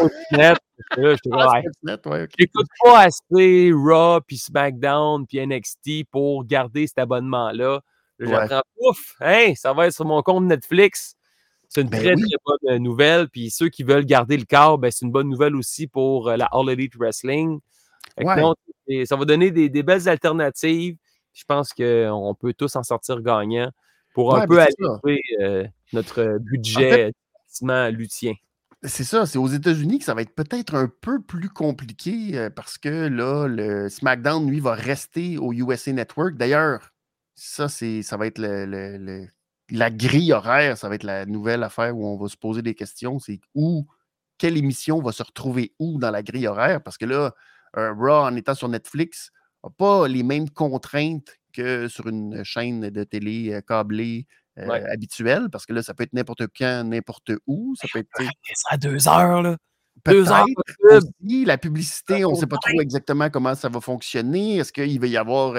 J'écoute pas assez Raw, puis SmackDown, puis NXT pour garder cet abonnement-là. J'apprends, ouf, hey, ça va être sur mon compte Netflix. C'est une très, très bonne nouvelle. Puis ceux qui veulent garder le câble, ben, c'est une bonne nouvelle aussi pour la All Elite Wrestling. Non, ça va donner des belles alternatives. Je pense qu'on peut tous en sortir gagnants pour un peu alléger notre budget luthien. C'est ça, c'est aux États-Unis que ça va être peut-être un peu plus compliqué parce que là, le SmackDown, lui, va rester au USA Network. D'ailleurs, ça va être la grille horaire, ça va être la nouvelle affaire où on va se poser des questions. C'est quelle émission va se retrouver où dans la grille horaire? Parce que là, Raw, en étant sur Netflix, n'a pas les mêmes contraintes que sur une chaîne de télé câblée habituelle, parce que là, ça peut être n'importe quand, n'importe où. Ça peut être. Ça à 2 heures, là. 2 heures aussi. La publicité, on ne sait pas trop exactement comment ça va fonctionner. Est-ce qu'il va y avoir.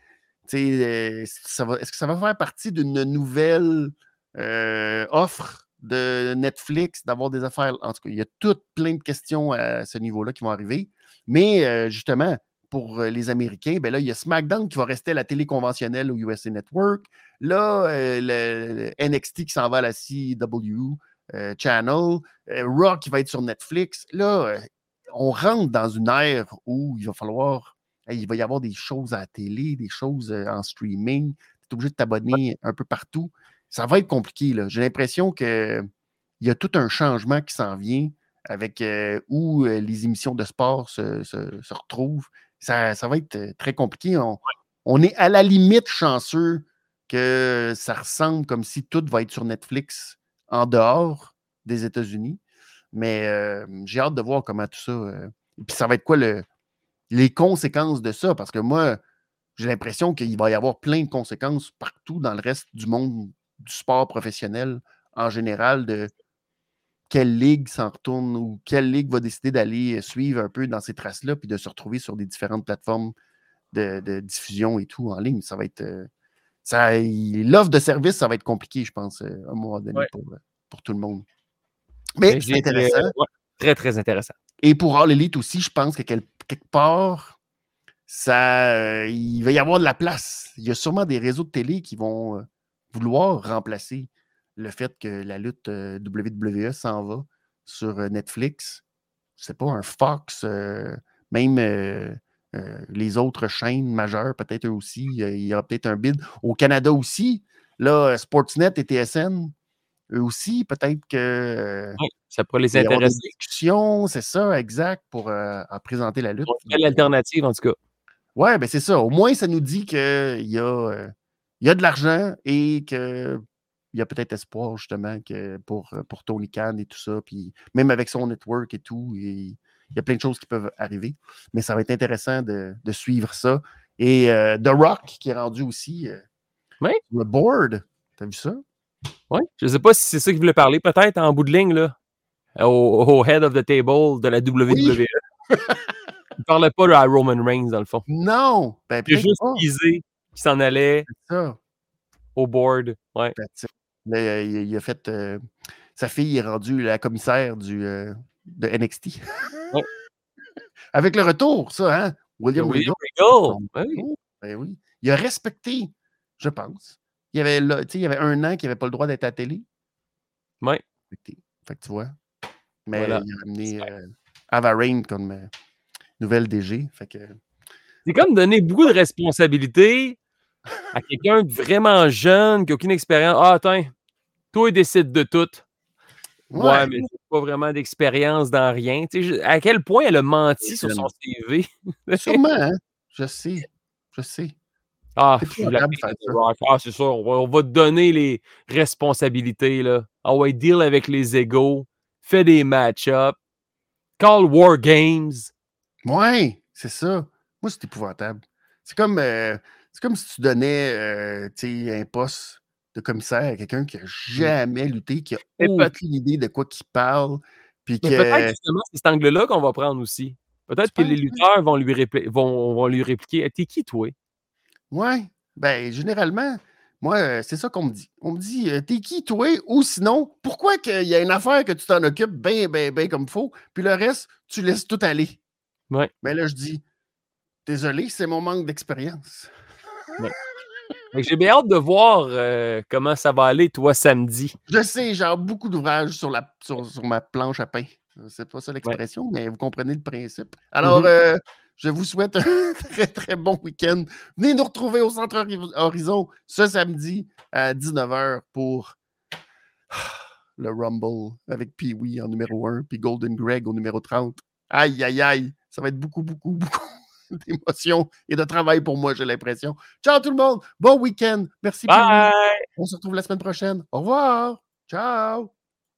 Est-ce que ça va faire partie d'une nouvelle offre de Netflix d'avoir des affaires? En tout cas, il y a toutes plein de questions à ce niveau-là qui vont arriver. Mais justement, pour les Américains, ben là, il y a SmackDown qui va rester à la télé conventionnelle au USA Network. Là, le NXT qui s'en va à la CW Channel. Raw qui va être sur Netflix. Là, on rentre dans une ère où il va falloir. Il va y avoir des choses à la télé, des choses en streaming. Tu es obligé de t'abonner un peu partout. Ça va être compliqué. J'ai l'impression qu'il y a tout un changement qui s'en vient avec où les émissions de sport se retrouvent. Ça va être très compliqué. On est à la limite chanceux que ça ressemble comme si tout va être sur Netflix en dehors des États-Unis. Mais j'ai hâte de voir comment tout ça. Et puis ça va être quoi les conséquences de ça? Parce que moi, j'ai l'impression qu'il va y avoir plein de conséquences partout dans le reste du monde du sport professionnel en général de quelle ligue s'en retourne ou quelle ligue va décider d'aller suivre un peu dans ces traces-là puis de se retrouver sur des différentes plateformes de diffusion et tout en ligne. Ça va être. L'offre de service, ça va être compliqué, je pense, à un moment donné pour tout le monde. Mais c'est intéressant. Très, très intéressant. Et pour All Elite aussi, je pense que quelque part, il va y avoir de la place. Il y a sûrement des réseaux de télé qui vont vouloir remplacer le fait que la lutte WWE s'en va sur Netflix. C'est pas un Fox, même les autres chaînes majeures, peut-être eux aussi. Il y aura peut-être un bid. Au Canada aussi, là, Sportsnet et TSN, eux aussi, peut-être que. Ça pourrait les il va y avoir intéresser. des discussions, c'est ça, exact, pour présenter la lutte. Quelle alternative, en tout cas. Oui, ben c'est ça. Au moins, ça nous dit qu'il y a de l'argent et qu'il y a peut-être espoir, justement, pour Tony Khan et tout ça. Puis même avec son network et tout, il y a plein de choses qui peuvent arriver. Mais ça va être intéressant de suivre ça. Et The Rock, qui est rendu aussi le board. T'as vu ça? Oui. Je ne sais pas si c'est ça qu'il voulait parler, peut-être en bout de ligne, là, au head of the table de la WWE. Oui. Il ne parlait pas à Roman Reigns, dans le fond. Non! Ben, il a juste teasé qu'il s'en allait au board. Ouais. Là, il a fait. Sa fille est rendue la commissaire de NXT. Ouais. Avec le retour, ça, hein? William Regal. Ben oui. Il a respecté, je pense. Il y avait 1 an qu'il n'avait pas le droit d'être à la télé. Oui. Fait que tu vois. Mais Voilà. il a amené Ava Rain comme nouvelle DG. Fait que... C'est comme donner beaucoup de responsabilités à quelqu'un de vraiment jeune, qui n'a aucune expérience. Ah, attends, toi, il décide de tout. Ouais, Ouais. mais j'ai pas vraiment d'expérience dans rien. Tu sais, à quel point elle a menti sur son CV. Sûrement, hein? Je sais. Ah, C'est je suis la épouvantable de queen faire of the ça. rock. Ah, c'est ça, on va te donner les responsabilités, là. Ah ouais, deal avec les égos, fais des match-ups, call war games. Ouais, c'est ça. Moi, c'est épouvantable. C'est comme si tu donnais tu sais, un poste de commissaire à quelqu'un qui n'a jamais lutté, qui n'a Mais peut aucune idée de quoi qu'il parle, puis mais peut-être que... justement, c'est cet angle-là qu'on va prendre aussi. Tu Peut-être que les penses, ouais? lutteurs vont lui répliquer: «T'es qui toi?» Ouais. Ben, généralement, moi, c'est ça qu'on me dit. On me dit, t'es qui, toi? Ou sinon, pourquoi qu'il y a une affaire que tu t'en occupes bien comme il faut, puis le reste, tu laisses tout aller? Ouais, Mais là, je dis, désolé, c'est mon manque d'expérience. ouais. Fait que j'ai bien hâte de voir, comment ça va aller, toi, samedi. Je sais, j'ai beaucoup d'ouvrages sur ma planche à pain. C'est pas ça Ouais. l'expression, mais vous comprenez le principe. Alors, Mmh. je vous souhaite un très, très bon week-end. Venez nous retrouver au Centre Horizon ce samedi à 19h pour le Rumble avec Pee-Wee en numéro 1 puis Golden Greg au numéro 30. Aïe, aïe, aïe. Ça va être beaucoup, beaucoup, beaucoup d'émotions et de travail pour moi, j'ai l'impression. Ciao tout le monde. Bon week-end. Merci Pee-Wee. Bye! On se retrouve la semaine prochaine. Au revoir. Ciao.